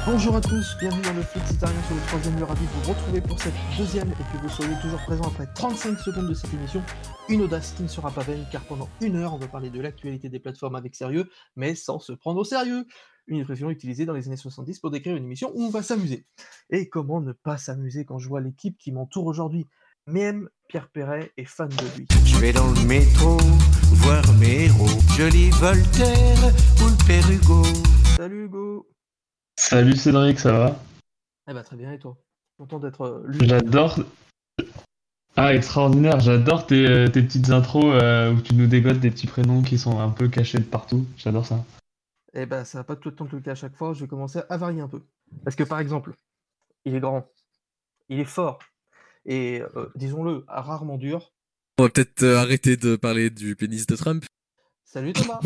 Bonjour à tous, bienvenue dans le Flexitarien sur le troisième lieu, ravi de vous retrouver pour cette deuxième et que vous soyez toujours présents après 35 secondes de cette émission. Une audace qui ne sera pas vaine car pendant une heure on va parler de l'actualité des plateformes avec sérieux, mais sans se prendre au sérieux. Une expression utilisée dans les années 70 pour décrire une émission où on va s'amuser. Et comment ne pas s'amuser quand je vois l'équipe qui m'entoure aujourd'hui. Même Pierre Perret est fan de lui. Je vais dans le métro, voir mes héros. Je lis Voltaire ou le Père Hugo. Salut Hugo. Salut Cédric, ça va? Eh ben très bien et toi? Content d'être lucide. J'adore. Ah, extraordinaire, j'adore tes petites intros où tu nous dégotes des petits prénoms qui sont un peu cachés de partout. J'adore ça. Eh ben ça va pas tout le temps tout le cas à chaque fois, je vais commencer à varier un peu. Parce que par exemple, il est grand, il est fort, et disons-le, rarement dur. On va peut-être arrêter de parler du pénis de Trump. Salut Thomas.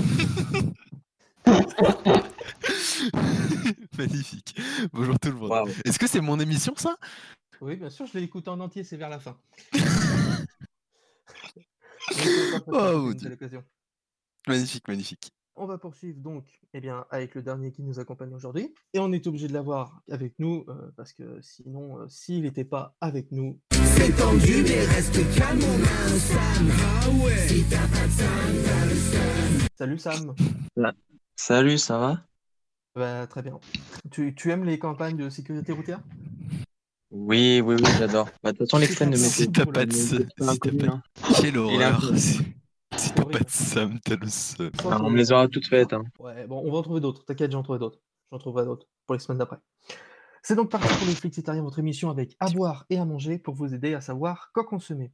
Magnifique. Bonjour tout le monde. Wow. Est-ce que c'est mon émission ça? Oui, bien sûr, je l'ai écouté en entier, c'est vers la fin. Oh mon C'est Dieu. l'occasion. Magnifique, magnifique. On va poursuivre donc avec le dernier qui nous accompagne aujourd'hui. Et on est obligé de l'avoir avec nous, parce que sinon, s'il n'était pas avec nous... C'est tendu mais reste calme, on a un Sam. Ah ouais. Si t'as pas de Sam, t'as le Sam. Salut Sam. Salut, ça va? Bah, très bien. Tu aimes les campagnes de sécurité routière? Oui, j'adore. Bah, de toute façon, l'extrême de Si métier, t'as pas de seum, c'est pas inconnu, hein. Quelle Il est horreur. inconnu. Si t'as pas de seum, t'as le seum. Ah, on me les aura toutes faites, hein. Ouais, bon, on va en trouver d'autres. T'inquiète, j'en trouverai d'autres. J'en trouverai d'autres pour les semaines d'après. C'est donc parti pour le Flexitarien, votre émission avec à boire et à manger pour vous aider à savoir quoi consommer.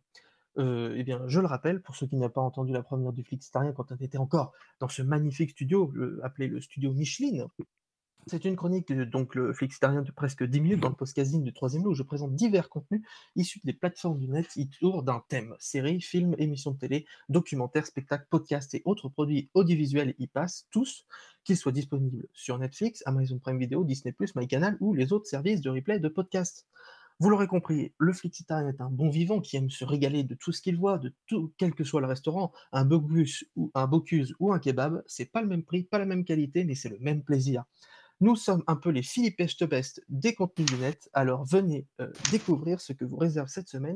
Eh bien, je le rappelle, pour ceux qui n'ont pas entendu la première du Flexitarien quand on était encore dans ce magnifique studio, appelé le studio Micheline, c'est une chronique, donc le Flexitarien de presque 10 minutes dans le podcasting du troisième lot où je présente divers contenus issus des plateformes du net autour d'un thème. Séries, films, émissions de télé, documentaires, spectacles, podcasts et autres produits audiovisuels y passent, tous, qu'ils soient disponibles sur Netflix, Amazon Prime Video, Disney+, MyCanal ou les autres services de replay de podcasts. Vous l'aurez compris, le Flexitarien est un bon vivant qui aime se régaler de tout ce qu'il voit, de tout, quel que soit le restaurant, un Bocuse ou un kebab, c'est pas le même prix, pas la même qualité, mais c'est le même plaisir. Nous sommes un peu les Philippe Etchebest des contenus du net, alors venez découvrir ce que vous réserve cette semaine,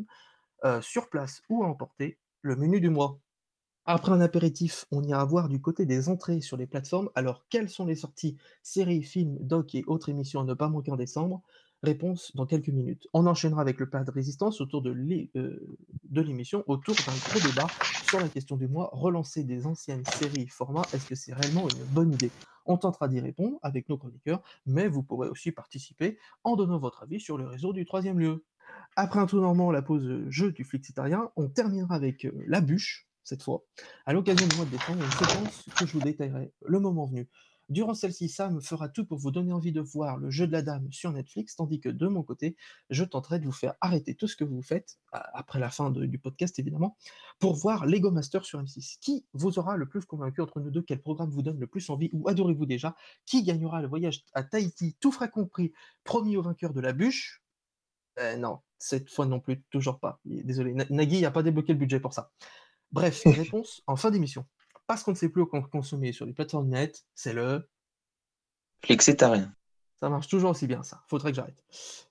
sur place ou à emporter, le menu du mois. Après un apéritif, on ira voir du côté des entrées sur les plateformes, alors quelles sont les sorties, séries, films, docs et autres émissions à ne pas manquer en décembre? Réponse dans quelques minutes. On enchaînera avec le plat de résistance autour de l'émission, autour d'un gros débat sur la question du mois, relancer des anciennes séries formats, est-ce que c'est réellement une bonne idée? On tentera d'y répondre avec nos chroniqueurs, mais vous pourrez aussi participer en donnant votre avis sur le réseau du troisième lieu. Après un tour normand, la pause jeu du Flexitarien, on terminera avec la bûche, cette fois, à l'occasion du mois de décembre, une séquence que je vous détaillerai le moment venu. Durant celle-ci, Sam fera tout pour vous donner envie de voir le jeu de la dame sur Netflix, tandis que de mon côté, je tenterai de vous faire arrêter tout ce que vous faites, après la fin du podcast évidemment, pour voir Lego Master sur M6. Qui vous aura le plus convaincu entre nous deux? Quel programme vous donne le plus envie ou adorez-vous déjà? Qui gagnera le voyage à Tahiti, tout frais compris, promis au vainqueur de la bûche? Non, cette fois non plus, toujours pas. Désolé, Nagui n'a pas débloqué le budget pour ça. Bref, réponse en fin d'émission. Parce qu'on ne sait plus quoi consommer sur les plateformes net, c'est le... Flexitarien. Ça marche toujours aussi bien, ça. Faudrait que j'arrête.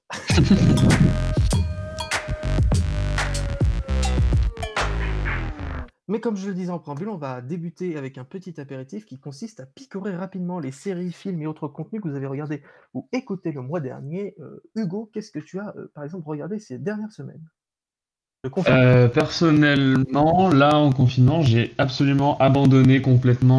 Mais comme je le disais en préambule, on va débuter avec un petit apéritif qui consiste à picorer rapidement les séries, films et autres contenus que vous avez regardés ou écoutés le mois dernier. Hugo, qu'est-ce que tu as, par exemple, regardé ces dernières semaines? Le confinement. Personnellement, là en confinement, j'ai absolument abandonné complètement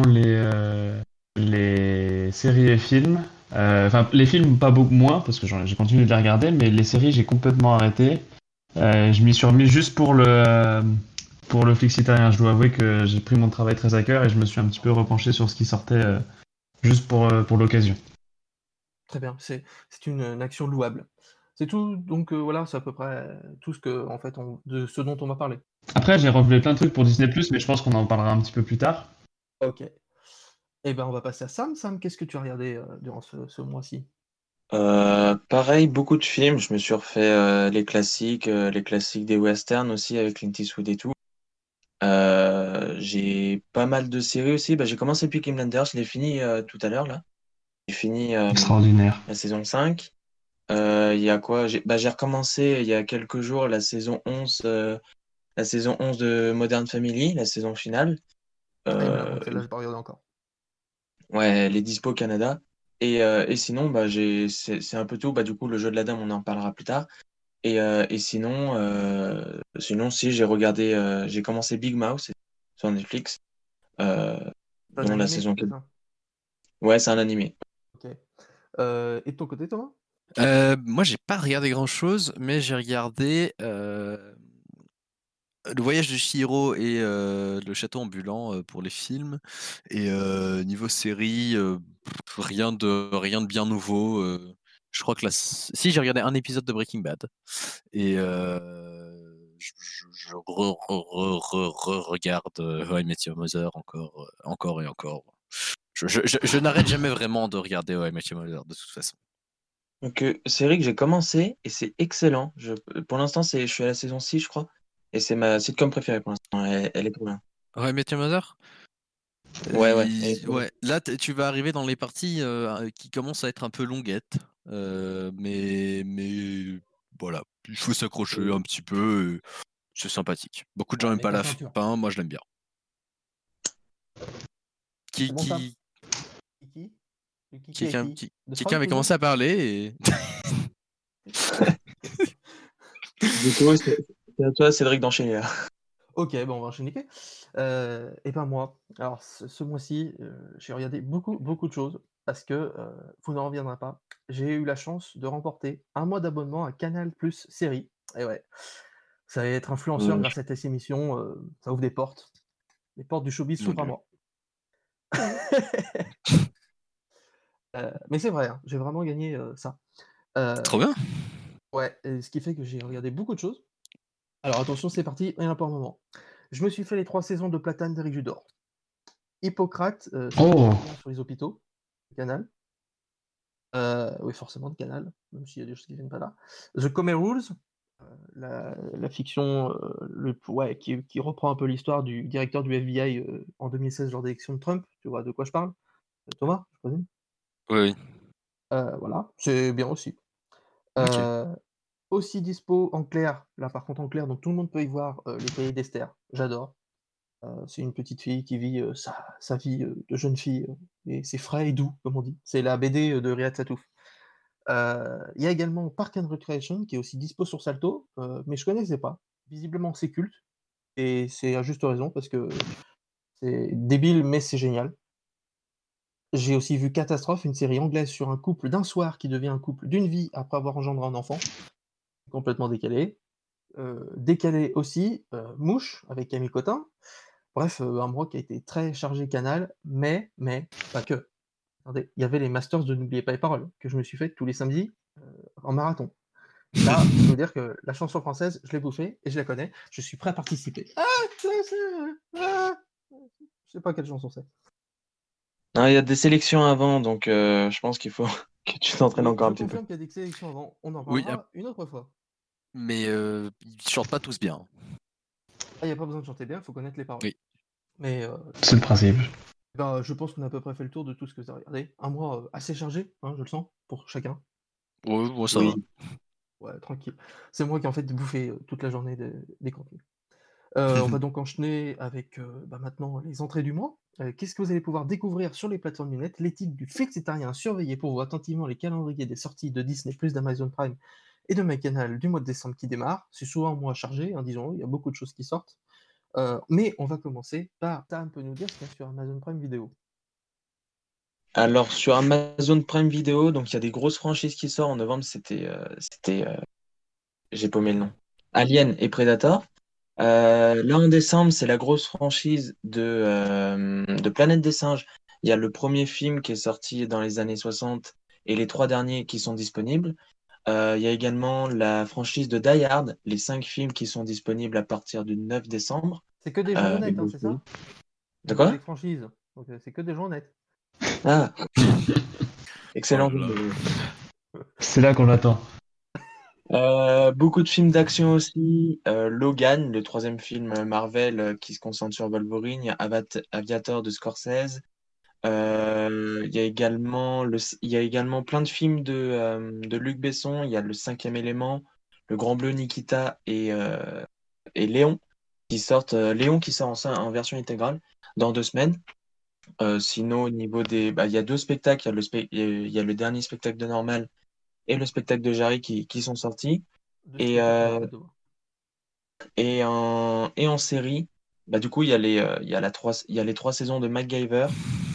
les séries et films. Enfin, les films, pas beaucoup moins, parce que j'ai continué de les regarder, mais les séries, j'ai complètement arrêté. Je m'y suis remis juste pour le Flexitarien. Je dois avouer que j'ai pris mon travail très à cœur et je me suis un petit peu repenché sur ce qui sortait juste pour l'occasion. Très bien, c'est une action louable. C'est tout, donc voilà, c'est à peu près tout ce que, en fait, de ce dont on va parler. Après, j'ai relevé plein de trucs pour Disney+, mais je pense qu'on en parlera un petit peu plus tard. Ok. Eh ben, on va passer à Sam. Sam, qu'est-ce que tu as regardé durant ce mois-ci? Pareil, beaucoup de films. Je me suis refait les classiques des westerns aussi avec Clint Eastwood et tout. J'ai pas mal de séries aussi. Bah, j'ai commencé Peaky Blinders, je l'ai fini tout à l'heure là. j'ai fini Extraordinaire. la saison 5. Il y a quoi? J'ai recommencé il y a quelques jours la saison 11 de Modern Family, la saison finale. Ah, il me la Euh, manque, celle-là, j'ai pas regardé encore. ouais, elle est dispo au Canada. Et sinon, c'est un peu tout. Bah, du coup, le jeu de la dame, on en parlera plus tard. Et sinon, si j'ai commencé Big Mouth sur Netflix, euh, C'est un dont la animé, saison c'est 4. ça? Ouais, c'est un animé. Ok. Et de ton côté, Thomas? Moi, j'ai pas regardé grand-chose, mais j'ai regardé Le voyage de Chihiro et Le château ambulant pour les films. Et niveau série, rien de bien nouveau. Je crois que si j'ai regardé un épisode de Breaking Bad et je regarde How I Met Your Mother encore et encore. Je n'arrête jamais vraiment de regarder How I Met Your Mother de toute façon. Donc, série que j'ai commencé et c'est excellent. Pour l'instant, je suis à la saison 6, je crois. Et c'est ma sitcom préférée pour l'instant. Elle est trop bien. How I Met Your Mother? Ouais, ouais, elle est trop bien. Ouais, là tu vas arriver dans les parties qui commencent à être un peu longuettes, mais voilà, il faut s'accrocher un petit peu, c'est sympathique. Beaucoup de gens Ouais, n'aiment mets pas ta la ceinture. fin, moi je l'aime bien. Qui, C'est bon, ça? qui, Kiki? Le Kiki est quelqu'un, qui? qui- De quelqu'un Troll, avait toujours? commencé à parler et Du coup, c'est à toi, Cédric, d'enchaîner là. Ok, bon, on va enchaîner. Et ben moi, alors ce mois-ci, j'ai regardé beaucoup de choses parce que vous n'en reviendrez pas. J'ai eu la chance de remporter un mois d'abonnement à Canal Plus Série. Et ouais, ça va être influenceur grâce à tes émissions, ça ouvre des portes. Les portes du showbiz mon s'ouvrent à Dieu. moi. Mais c'est vrai, hein, j'ai vraiment gagné ça. Trop bien. Ouais, et ce qui fait que j'ai regardé beaucoup de choses. Alors attention, c'est parti, rien pour un moment. Je me suis fait les 3 saisons de Platane d'Éric Judor. Hippocrate, c'est un Oh, documentaire sur les hôpitaux, de Canal. Oui, forcément de Canal, même s'il y a des choses qui viennent pas là. The Khmer Rules, la fiction, ouais, qui reprend un peu l'histoire du directeur du FBI, en 2016 lors de l'élection de Trump. Tu vois de quoi je parle? Thomas, je présume? Oui, oui. Voilà, c'est bien aussi. Ok. Heu, Aussi dispo en clair, là par contre en clair, donc tout le monde peut y voir, Les Cahiers d'Esther, j'adore. C'est une petite fille qui vit, sa vie, de jeune fille, et c'est frais et doux, comme on dit. C'est la BD, de Riyad Satouf. Il y a également Park and Recreation qui est aussi dispo sur Salto, mais je connaissais pas. Visiblement c'est culte et c'est à juste raison parce que c'est débile, mais c'est génial. J'ai aussi vu Catastrophe, une série anglaise sur un couple d'un soir qui devient un couple d'une vie après avoir engendré un enfant. Complètement décalé. Décalé aussi, Mouche avec Camille Cotin. Bref, un mois qui a été très chargé Canal, mais pas que. Attendez, il y avait les Masters de N'oubliez pas les paroles, que je me suis fait tous les samedis, en marathon. Là, je peux vous dire que la chanson française, je l'ai bouffée et je la connais. Je suis prêt à participer. Je sais pas quelle chanson c'est. Non, il y a des sélections avant, donc je pense qu'il faut que tu t'entraînes Oui, encore je un petit peu. confirme qu'il y a des sélections avant. On en Oui, parlera une autre fois. mais ils chantent pas tous bien. Ah, il y a pas besoin de chanter bien, il faut connaître les paroles. Oui. Mais c'est le principe. ben, je pense qu'on a à peu près fait le tour de tout ce que vous avez regardé. Un mois, assez chargé, hein, je le sens, pour chacun. Ouais, bon, ça va. Oui. Ouais, tranquille. C'est moi qui ai en fait bouffé, toute la journée des contenus. On va donc enchaîner avec, maintenant les entrées du mois. Qu'est-ce que vous allez pouvoir découvrir sur les plateformes du net? Les titres du flexitarien, surveillez pour vous attentivement les calendriers des sorties de Disney+, d'Amazon Prime et de MyCanal du mois de décembre qui démarre. C'est souvent un mois chargé, hein, disons-le, il y a beaucoup de choses qui sortent. Mais on va commencer par Sam peut nous dire ce qu'il y a sur Amazon Prime Video. Alors, sur Amazon Prime Video, donc il y a des grosses franchises qui sortent en novembre. J'ai paumé le nom. Alien et Predator. Là, en décembre, c'est la grosse franchise de Planète des Singes. Il y a le premier film qui est sorti dans les années 60 et les 3 derniers qui sont disponibles. Il y a également la franchise de Die Hard, les 5 films qui sont disponibles à partir du 9 décembre. C'est que des gens Les honnêtes, hein, beaux c'est films. ça? De Niveau quoi? des franchises. Donc, c'est que des gens honnêtes. Ah, Oh là excellent. là. C'est là qu'on l'attend. Beaucoup de films d'action aussi. Logan, le troisième film Marvel qui se concentre sur Wolverine. Il y a Aviator de Scorsese. Il y a également il y a également plein de films de Luc Besson. Il y a Le Cinquième Élément, Le Grand Bleu, Nikita et Léon qui sortent. Léon qui sort en version intégrale dans 2 semaines. Sinon, au niveau il y a 2 spectacles. Il y a le dernier spectacle de Normal et le spectacle de Jarry qui sont sortis. Deux Et, spectacles qu'on a euh, hâte de voir. et en série, du coup, il y a les 3 saisons de MacGyver,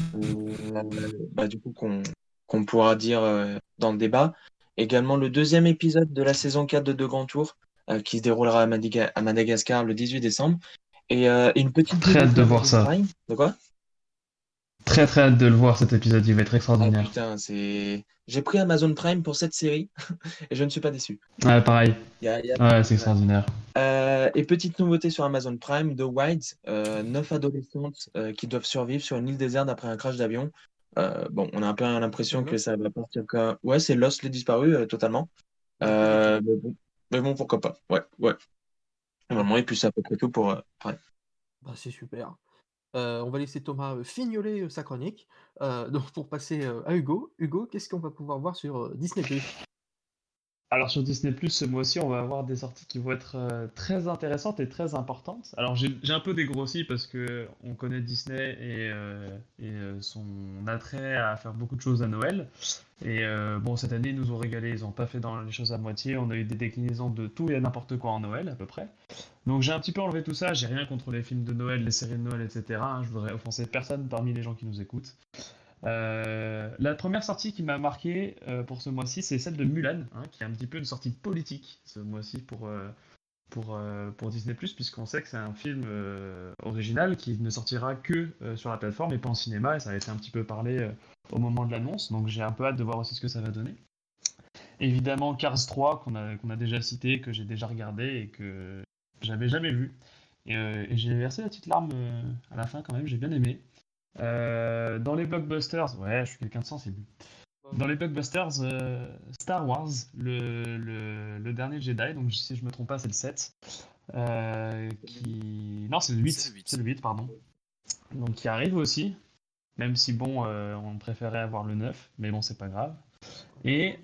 du coup, qu'on pourra dire dans le débat. Également, le deuxième épisode de la saison 4 de Deux Grands Tours, qui se déroulera à Madagascar le 18 décembre. Et une petite Très hâte dédicace de à voir Amazon ça. Prime. De quoi? Très très hâte de le voir cet épisode, il va être Ah extraordinaire. putain, j'ai pris Amazon Prime pour cette série et je ne suis pas déçu. Ouais, pareil. Il y a- Ouais, c'est ouais. extraordinaire. Et petite nouveauté sur Amazon Prime, The Wilds, 9 adolescentes qui doivent survivre sur une île déserte après un crash d'avion. Bon, on a un peu C'est l'impression que Lost. ça va partir comme... Ouais, c'est Lost les disparus, totalement. Bah, un peu les films. Mais bon, pourquoi pas. Ouais, ouais. Vraiment, et puis c'est à peu près tout pour... ouais. Bah, c'est super. On va laisser Thomas fignoler sa chronique. Donc, pour passer à Hugo. Hugo, qu'est-ce qu'on va pouvoir voir sur Disney+. Alors sur Disney+, ce mois-ci, on va avoir des sorties qui vont être très intéressantes et très importantes. Alors j'ai un peu dégrossi parce que on connaît Disney et son attrait à faire beaucoup de choses à Noël. Et bon, cette année, ils nous ont régalé, ils n'ont pas fait dans les choses à moitié. On a eu des déclinaisons de tout et n'importe quoi en Noël, à peu près. Donc j'ai un petit peu enlevé tout ça. J'ai rien contre les films de Noël, les séries de Noël, etc., hein. Je voudrais offenser personne parmi les gens qui nous écoutent. La première sortie qui m'a marqué pour ce mois-ci, c'est celle de Mulan, hein, qui est un petit peu une sortie politique ce mois-ci pour Disney+, puisqu'on sait que c'est un film original qui ne sortira que sur la plateforme et pas en cinéma, et ça a été un petit peu parlé au moment de l'annonce, donc j'ai un peu hâte de voir aussi ce que ça va donner. Évidemment, Cars 3, qu'on a déjà cité, que j'ai déjà regardé et que j'avais jamais vu. Et j'ai versé la petite larme à la fin quand même, j'ai bien aimé. Dans les blockbusters, ouais, je suis quelqu'un de sensible. Dans les blockbusters, Star Wars, le dernier Jedi, donc si je me trompe pas, c'est le 7. Non, c'est le 8. C'est le 8. C'est le 8, pardon. Donc qui arrive aussi, même si bon, on préférait avoir le 9, mais bon, c'est pas grave. Et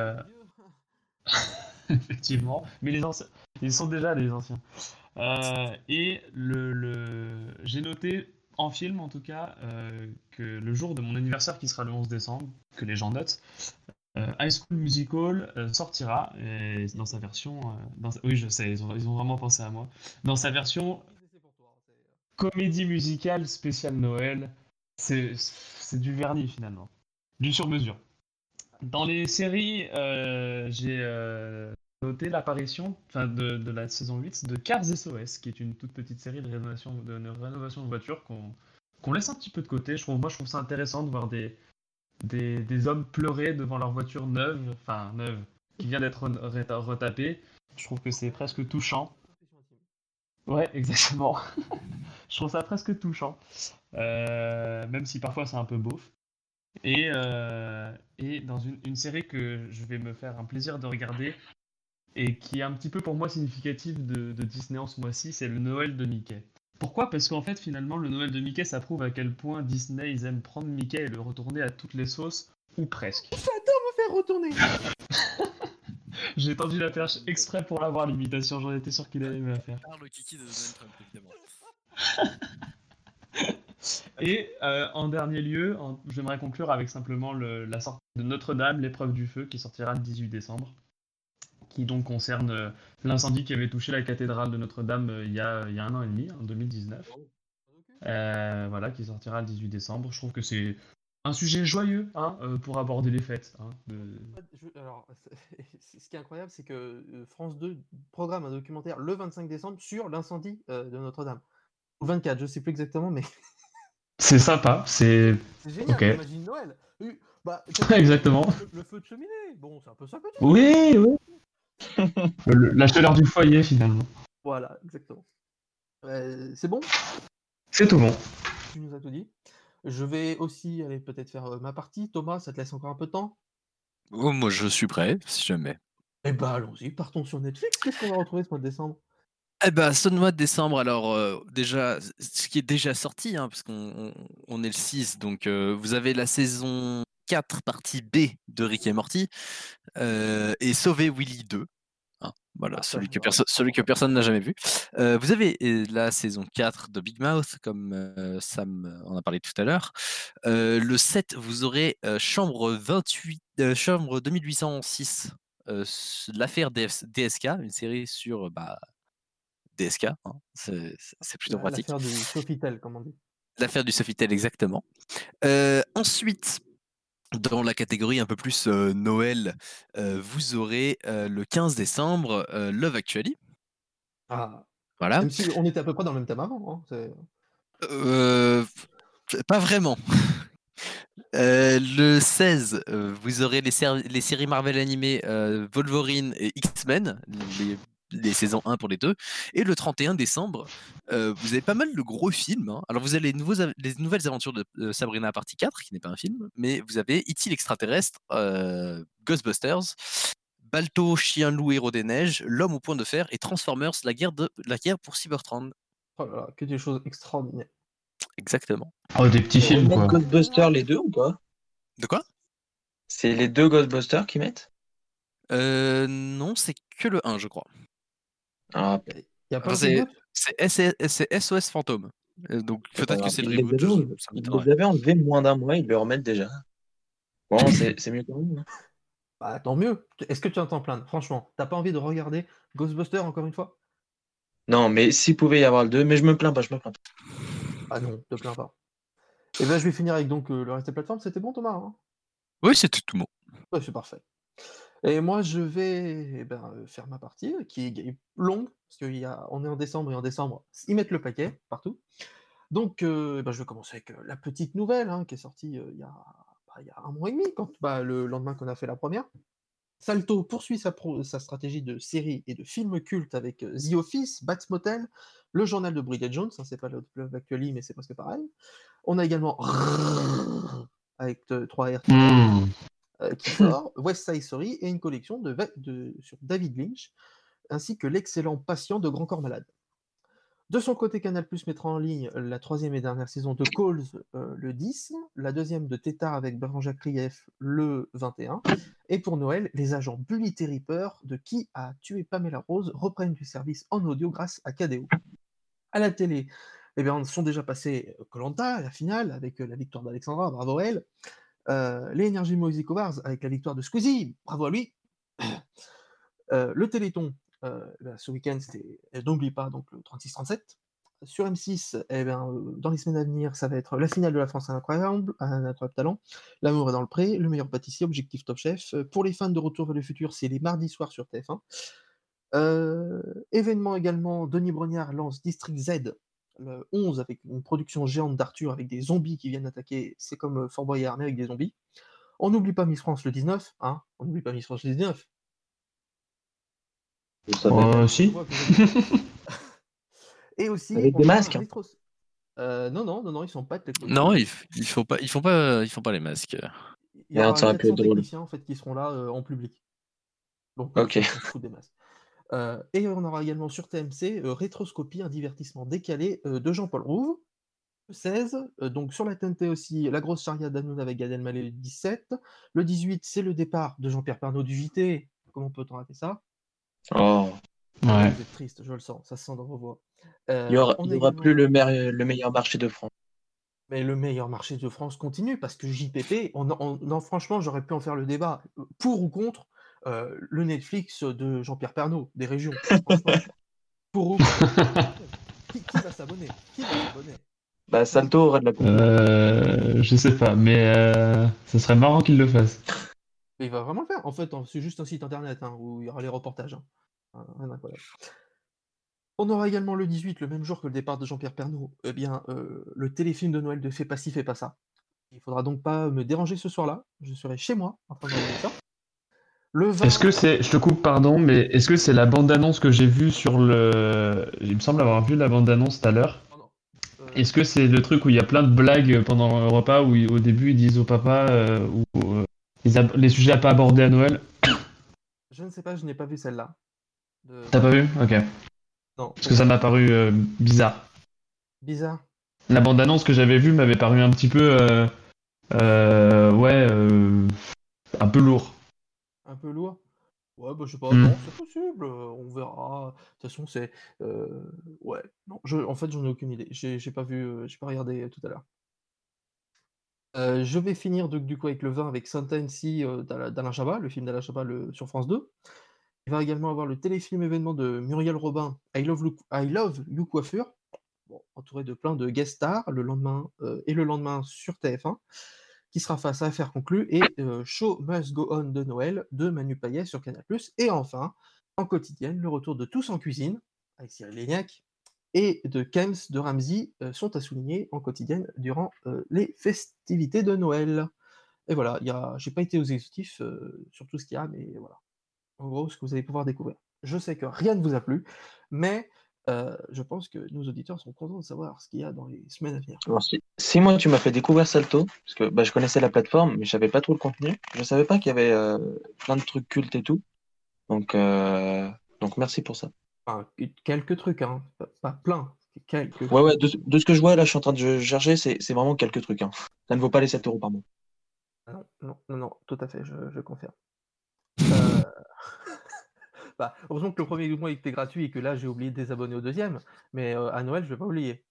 effectivement, mais les anciens, ils sont déjà les anciens. Et j'ai noté en film en tout cas que le jour de mon anniversaire qui sera le 11 décembre, que les gens notent, High School Musical sortira et dans sa version. Oui, je sais, ils ont vraiment pensé à moi. Dans sa version comédie musicale spéciale Noël, c'est du vernis finalement, du sur-mesure. Dans les séries, j'ai noté l'apparition de la saison 8 de Cars SOS, qui est une toute petite série de rénovation de voitures qu'on laisse un petit peu de côté. Je trouve ça intéressant de voir des hommes pleurer devant leur voiture neuve, qui vient d'être retapée. Je trouve que c'est presque touchant. Ouais, exactement. Je trouve ça presque touchant, même si parfois c'est un peu beauf. Et dans une série que je vais me faire un plaisir de regarder et qui est un petit peu pour moi significative de Disney en ce mois-ci, c'est le Noël de Mickey. Pourquoi? Parce qu'en fait, finalement, le Noël de Mickey, ça prouve à quel point Disney, ils aiment prendre Mickey et le retourner à toutes les sauces, ou presque. J'adore me faire retourner. J'ai tendu la perche exprès pour l'avoir, l'imitation, j'en étais sûr qu'il allait me la faire. Le kiki de Donald Trump, évidemment. Et en dernier lieu, j'aimerais conclure avec simplement la sortie de Notre-Dame, l'épreuve du feu, qui sortira le 18 décembre, qui donc concerne l'incendie qui avait touché la cathédrale de Notre-Dame il y a 1 an et demi, en 2019. Voilà, qui sortira le 18 décembre. Je trouve que c'est un sujet joyeux pour aborder les fêtes. Alors, ce qui est incroyable, c'est que France 2 programme un documentaire le 25 décembre sur l'incendie de Notre-Dame. Ou 24, je sais plus exactement, mais C'est sympa, c'est génial, ok. imagine Noël. Exactement. Le feu de cheminée, bon, c'est un peu sympathique. Oui. La chaleur du foyer, finalement. Voilà, exactement. C'est bon? C'est tout bon. Tu nous as tout dit. Je vais aussi aller peut-être faire ma partie. Thomas, ça te laisse encore un peu de temps? Oh, moi, je suis prêt, si jamais. Eh ben, allons-y, partons sur Netflix. Qu'est-ce qu'on va retrouver ce mois de décembre? Eh ben, ce mois de décembre, alors déjà, ce qui est déjà sorti, hein, parce qu'on est le 6, donc vous avez la saison 4, partie B de Rick et Morty, et Sauver Willy 2. Hein, voilà, Ah, ça, celui que personne n'a jamais vu. Vous avez la saison 4 de Big Mouth, comme Sam en a parlé tout à l'heure. Le 7, vous aurez Chambre 2806, l'affaire DSK, une série sur DSK, hein, c'est plutôt pratique. l'affaire du Sofitel, comme on dit. L'affaire du Sofitel, exactement. Ensuite, dans la catégorie un peu plus Noël, vous aurez le 15 décembre Love Actually. Ah, Voilà. même si on était à peu près dans le même thème avant. Hein, Pas vraiment. Le 16, vous aurez les séries Marvel animées Wolverine et X-Men, les saisons 1 pour les deux. Et le 31 décembre, vous avez pas mal de gros films. Hein. Alors, vous avez les nouvelles aventures de Sabrina partie 4, qui n'est pas un film, mais vous avez E.T. l'extraterrestre, Ghostbusters, Balto, Chien, Loup, Héros des Neiges, L'Homme au point de fer et Transformers, la guerre pour Cybertron. Oh là là, que des choses extraordinaires. Exactement. Oh, des petits Ils films, remettent quoi. Ghostbusters les deux ou pas? De quoi? C'est les deux Ghostbusters qu'ils mettent? Non, c'est que le 1, je crois. Ah, Il n'y a pas Enfin, de reboot? c'est SOS Fantôme. Donc c'est pas peut-être que grave. c'est le Ils les reboot. avaient enlevés- Ça ils m'étonnerait. les avaient enlevés moins d'un mois, ils le remettent déjà. Bon, c'est mieux quand même. Hein. Bah, tant mieux. Est-ce que tu entends plaindre? Franchement, t'as pas envie de regarder Ghostbusters encore une fois? Non, mais s'il pouvait y avoir le 2, mais je me plains pas, je me plains pas. Ah non, te plains pas. Et ben je vais finir avec donc le reste des plateformes. C'était bon, Thomas, hein? Oui, c'était tout bon. Ouais, c'est parfait. Et moi, je vais faire ma partie, qui est longue, parce on est en décembre, et en décembre, ils mettent le paquet partout. Donc, je vais commencer avec la petite nouvelle, hein, qui est sortie il y a un mois et demi, le lendemain qu'on a fait la première. Salto poursuit sa stratégie de séries et de films cultes avec The Office, Bates Motel, Le Journal de Bridget Jones, hein, c'est pas Love Actually, mais c'est presque pareil. On a également avec 3 R qui sort, West Side Story et une collection sur David Lynch, ainsi que l'excellent Patient de Grand Corps Malade. De son côté, Canal+ mettra en ligne la 3e et dernière saison de Calls le 10, la 2e de Tétard avec Bérangère Krief le 21, et pour Noël, les agents Bully Reaper de Qui a tué Pamela Rose reprennent du service en audio grâce à Cadéo. À la télé, on sont déjà passés Koh-Lanta, la finale, avec la victoire d'Alexandra, bravo à elle. Les Energy Music Awards avec la victoire de Squeezie, bravo à lui. Le Téléthon, ce week-end, c'était N'oublie pas, donc le 36-37. Sur M6, dans les semaines à venir, ça va être la finale de la France à un incroyable talent, L'amour est dans le pré, Le meilleur pâtissier, Objectif Top Chef. Pour les fans de Retour vers le futur, c'est les mardis soirs sur TF1. Événement également, Denis Brognard lance District Z, le 11, avec une production géante d'Arthur avec des zombies qui viennent attaquer. C'est comme Fort Boyard, mais avec des zombies. On n'oublie pas Miss France le 19, hein. On n'oublie pas Miss France le 19. Si. Et aussi, avec des masques. Non, ils sont pas techniques. Non, ils font pas les masques. Il y aura ça aurait pu être 400 drôle. techniciens en fait qui seront là en public. Donc, Ok. on se fout des masques. Et on aura également sur TMC Rétroscopie, un divertissement décalé de Jean-Paul Rouve. Le 16, donc sur la TNT aussi, La grosse charriade d'Hanoun avec Gad Elmaleh le 17. Le 18, c'est le départ de Jean-Pierre Pernaut du JT. Comment peut-on rater ça? Oh. Ouais. Vous êtes triste, je le sens, ça se sent dans vos voix. Il y aura également... plus le meilleur marché de France. Mais le meilleur marché de France continue, parce que JPP, non, franchement, j'aurais pu en faire le débat, pour ou contre le Netflix de Jean-Pierre Pernaut, des régions. Pour ou contre. Qui va s'abonner? Bah, Salto aura de la concurrence. Je sais pas, mais ce serait marrant qu'il le fasse. Mais il va vraiment le faire. En fait, c'est juste un site internet où il y aura les reportages. Rien d'incroyable. On aura également le 18, le même jour que le départ de Jean-Pierre Pernaut, le téléfilm de Noël de Fais pas ci, fais pas ça. Il faudra donc pas me déranger ce soir-là. Je serai chez moi en train de regarder ça. Le 20... Est-ce que c'est, je te coupe, pardon, mais est-ce que c'est la bande-annonce que j'ai vue sur le... Il me semble avoir vu la bande-annonce tout à l'heure. Est-ce que c'est le truc où il y a plein de blagues pendant le repas, où au début ils disent au papa les sujets à pas aborder à Noël? Je ne sais pas, je n'ai pas vu celle-là. T'as pas vu? Ok. Non. Parce que ça m'a paru bizarre. Bizarre. La bande-annonce que j'avais vue m'avait paru un petit peu... un peu lourd. Un peu lourd. Ouais, bah je sais pas, Mm. non, c'est possible, on verra. De toute façon, c'est. Ouais, non, en fait, j'en ai aucune idée. J'ai pas vu, j'ai pas regardé tout à l'heure. Je vais finir du coup avec le 20 avec Saint-Annecy d'Alain Chabat, le film d'Alain Chabat sur France 2. Il va également avoir le téléfilm événement de Muriel Robin, I Love You Coiffure, bon, entouré de plein de guest stars le lendemain sur TF1, qui sera face à Affaires conclues, et Show Must Go On de Noël de Manu Payet sur Canal+. Et enfin, en quotidienne, le retour de Tous en cuisine, avec Cyril Lignac, et de Kems de Ramsey sont à souligner en quotidienne durant les festivités de Noël. Et voilà, j'ai pas été aux exhaustifs sur tout ce qu'il y a, mais voilà. En gros, ce que vous allez pouvoir découvrir. Je sais que rien ne vous a plu, mais je pense que nos auditeurs sont contents de savoir ce qu'il y a dans les semaines à venir. Alors, si moi tu m'as fait découvrir Salto, parce que je connaissais la plateforme, mais je savais pas trop le contenu. Je savais pas qu'il y avait plein de trucs cultes et tout. Donc merci pour ça. Enfin, quelques trucs, hein, pas plein. Quelques. Ouais, de ce que je vois là, je suis en train de chercher, c'est vraiment quelques trucs. Hein. Ça ne vaut pas les 7 € par mois. Non, tout à fait, je confirme. Heureusement que le premier mois était gratuit et que là j'ai oublié de désabonner au deuxième, mais à Noël je vais pas oublier.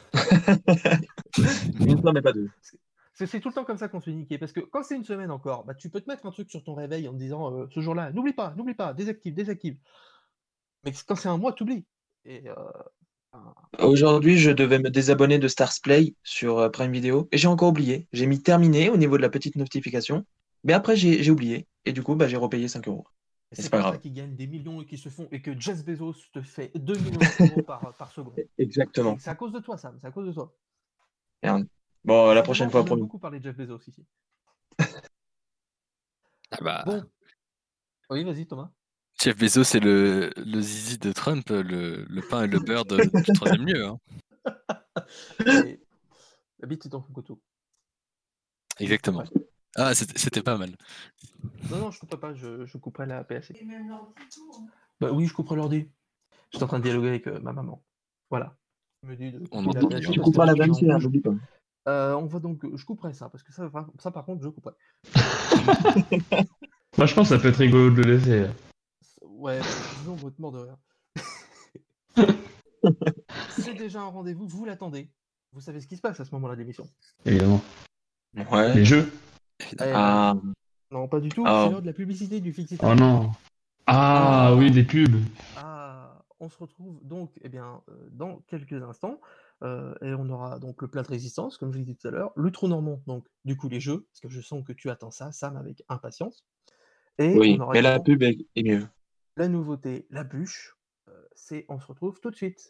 Une fois mais pas deux. C'est tout le temps comme ça qu'on se fait niquer, parce que quand c'est une semaine encore, tu peux te mettre un truc sur ton réveil en te disant ce jour-là, n'oublie pas, désactive. Mais quand c'est un mois, t'oublies. Et aujourd'hui, je devais me désabonner de Stars Play sur Prime Video et j'ai encore oublié. J'ai mis terminé au niveau de la petite notification, mais après j'ai oublié et du coup j'ai repayé 5 €. c'est pas pas grave. ça qui gagnent des millions et qui se font, et que Jeff Bezos te fait 2 millions d'euros par seconde. Exactement. C'est à cause de toi, Sam, c'est à cause de toi. Merde. Bon, la prochaine fois, on a promis. beaucoup parlé de Jeff Bezos ici. Ah bah, Bon. Oui, vas-y, Thomas. Jeff Bezos, c'est le zizi de Trump, le pain et le beurre du troisième lieu. Hein. Et la bite, c'est dans son couteau. Exactement. Ouais. Ah, c'était pas mal. Non, je couperai pas, je couperai la PSC. Bah oui, je couperai l'ordi. J'étais en train de dialoguer avec ma maman. Voilà. Elle me dit de On couper entend la bien. PSC Tu parce couperas que la je suis en vanne, rouge. n'oublie pas. On va donc, je couperai ça, parce que ça par contre, je couperai. Moi, je pense que ça peut être rigolo de le laisser. Ouais, disons votre de rien. C'est déjà un rendez-vous, vous l'attendez. Vous savez ce qui se passe à ce moment-là de l'émission. Évidemment. Ouais. Les jeux. Eh, non, pas du tout, Ah. c'est l'heure de la publicité du Fixit. Oh non. Ah oui, des pubs. On se retrouve donc dans quelques instants et on aura donc le plat de résistance, comme je l'ai dit tout à l'heure, le trou normand, donc du coup les jeux, parce que je sens que tu attends ça, Sam, avec impatience. Et Oui, on aura mais la également pub est mieux. la nouveauté, la bûche. On se retrouve tout de suite.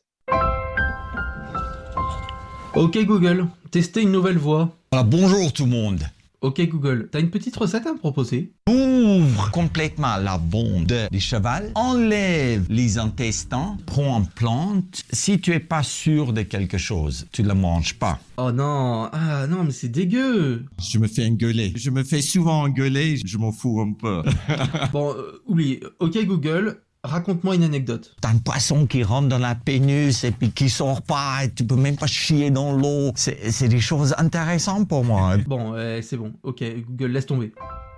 Ok Google, testez une nouvelle voix. Voilà, bonjour tout le monde. Ok Google, t'as une petite recette à me proposer? Ouvre complètement la bonde du cheval, enlève les intestins, prends une plante. Si tu es pas sûr de quelque chose, tu ne le manges pas. Oh non, non mais c'est dégueu. Je me fais engueuler. Je me fais souvent engueuler, je m'en fous un peu. Bon, oublie. Ok Google, raconte-moi une anecdote. T'as un poisson qui rentre dans la pénus et puis qui sort pas et tu peux même pas chier dans l'eau. C'est des choses intéressantes pour moi. Bon, c'est bon. Ok, Google, laisse tomber.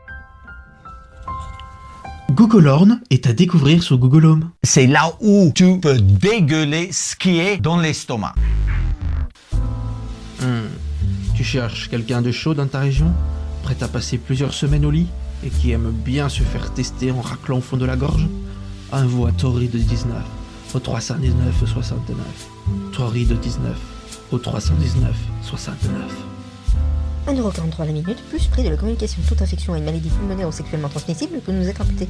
Google Horn est à découvrir sur Google Home. C'est là où tu peux dégueuler ce qui est dans l'estomac. Tu cherches quelqu'un de chaud dans ta région, prêt à passer plusieurs semaines au lit et qui aime bien se faire tester en raclant au fond de la gorge? Envoie Tori de 19 au 319 69. Tori de 19 au 319 69. 1,43€ la minute, plus prix de la communication toute infection à une maladie pulmonaire ou sexuellement transmissible peut nous être imputé.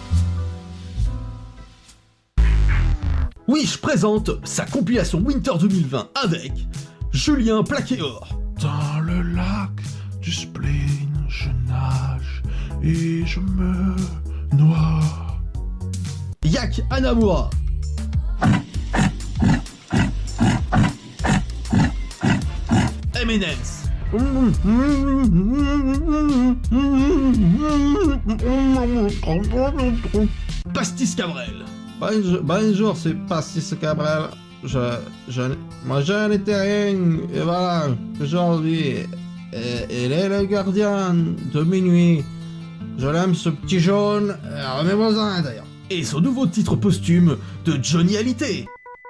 Wish présente sa compilation Winter 2020 avec Julien Plaquéor. Dans le lac du spleen, je nage et je me noie. Yak Anamura. Eminence. Pastis Cabrel. Bonjour, c'est Pastis Cabral. Moi, je n'étais rien, et voilà, aujourd'hui, il est le gardien de minuit. Je l'aime, ce petit jaune, mes voisins d'ailleurs. Et son nouveau titre posthume de Johnny Hallyday.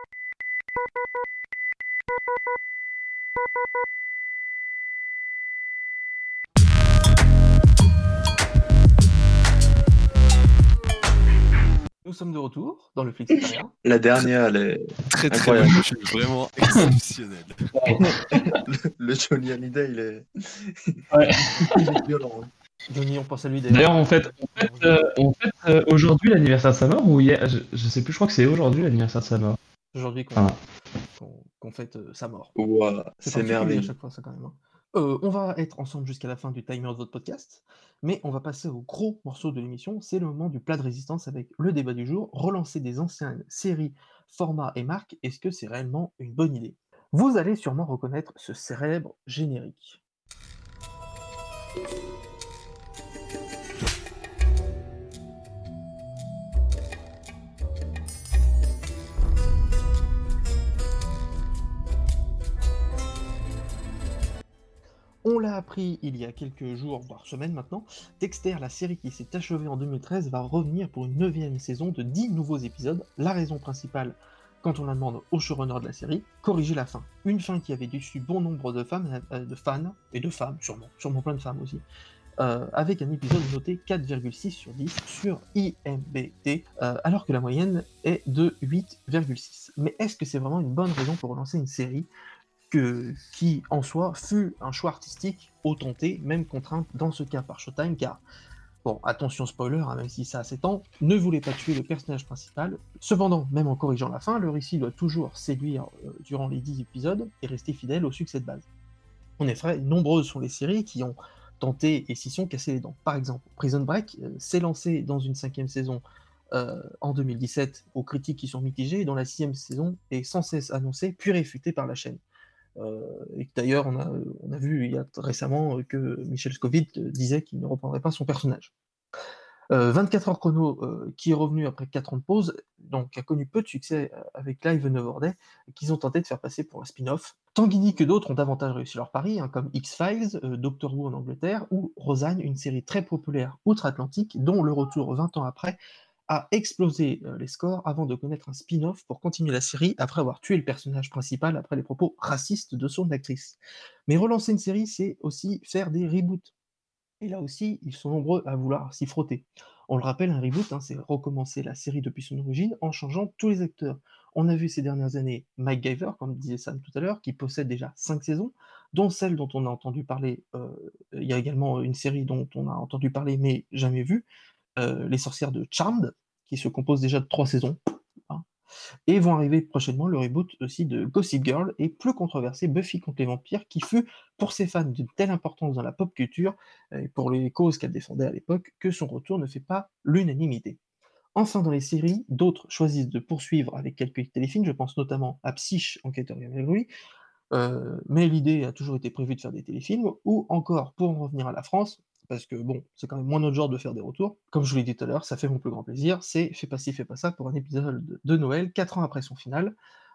Nous sommes de retour dans le Flixitarien. La dernière, elle est Très incroyable. bon, je suis vraiment exceptionnel. Le Johnny Hallyday, il est, Ouais. il est violent. Hein. Johnny, on pense à lui D'ailleurs, on fête aujourd'hui l'anniversaire de sa mort ou hier? Je sais plus, je crois que c'est aujourd'hui l'anniversaire de sa mort. Aujourd'hui Ah. qu'on fête sa mort. Ouah, c'est particulier à merveilleux. chaque fois, ça, quand même. Hein. On va être ensemble jusqu'à la fin du timer de votre podcast, mais on va passer au gros morceau de l'émission. C'est le moment du plat de résistance avec le débat du jour. Relancer des anciennes séries, formats et marques, est-ce que c'est réellement une bonne idée? Vous allez sûrement reconnaître ce célèbre générique. On l'a appris il y a quelques jours, voire semaines maintenant, Dexter, la série qui s'est achevée en 2013, va revenir pour une 9e saison de 10 nouveaux épisodes. La raison principale, quand on la demande au showrunner de la série, corriger la fin. Une fin qui avait déçu bon nombre de fans, et de femmes, sûrement plein de femmes aussi, avec un épisode noté 4,6 sur 10 sur IMDb, alors que la moyenne est de 8,6. Mais est-ce que c'est vraiment une bonne raison pour relancer une série qui, en soi, fut un choix artistique au tenté, même contrainte dans ce cas par Showtime, car, bon, attention spoiler, hein, même si ça a 7 ans, ne voulait pas tuer le personnage principal. Cependant, même en corrigeant la fin, le récit doit toujours séduire durant les 10 épisodes et rester fidèle au succès de base. En effet, nombreuses sont les séries qui ont tenté et s'y sont cassées les dents. Par exemple, Prison Break s'est lancé dans une 5e saison en 2017 aux critiques qui sont mitigées, et dont la 6e saison est sans cesse annoncée puis réfutée par la chaîne. Et d'ailleurs, on a vu il y a récemment que Michel Scofield disait qu'il ne reprendrait pas son personnage. 24 heures chrono, qui est revenu après 4 ans de pause, donc a connu peu de succès avec Live Another Day, qu'ils ont tenté de faire passer pour un spin-off. Tanguy que d'autres ont davantage réussi leur pari, hein, comme X-Files, Doctor Who en Angleterre, ou Roseanne, une série très populaire outre-Atlantique, dont le retour 20 ans après a explosé les scores avant de connaître un spin-off pour continuer la série après avoir tué le personnage principal après les propos racistes de son actrice. Mais relancer une série, c'est aussi faire des reboots. Et là aussi, ils sont nombreux à vouloir s'y frotter. On le rappelle, un reboot, hein, c'est recommencer la série depuis son origine en changeant tous les acteurs. On a vu ces dernières années MacGyver, comme disait Sam tout à l'heure, qui possède déjà 5 saisons, dont celle dont on a entendu parler. Il y a également une série dont on a entendu parler mais jamais vue, Les Sorcières de Charmed, qui se compose déjà de 3 saisons. Hein. Et vont arriver prochainement le reboot aussi de Gossip Girl et plus controversé Buffy contre les vampires, qui fut pour ses fans d'une telle importance dans la pop culture et pour les causes qu'elle défendait à l'époque que son retour ne fait pas l'unanimité. Enfin, dans les séries, d'autres choisissent de poursuivre avec quelques téléfilms, je pense notamment à Psyche, Enquêteur Gamagrui, mais l'idée a toujours été prévue de faire des téléfilms, ou encore, pour en revenir à la France, parce que bon, c'est quand même moins notre genre de faire des retours, comme je vous l'ai dit tout à l'heure, ça fait mon plus grand plaisir, c'est Fais pas ci, fais pas ça pour un épisode de Noël, 4 ans après son final.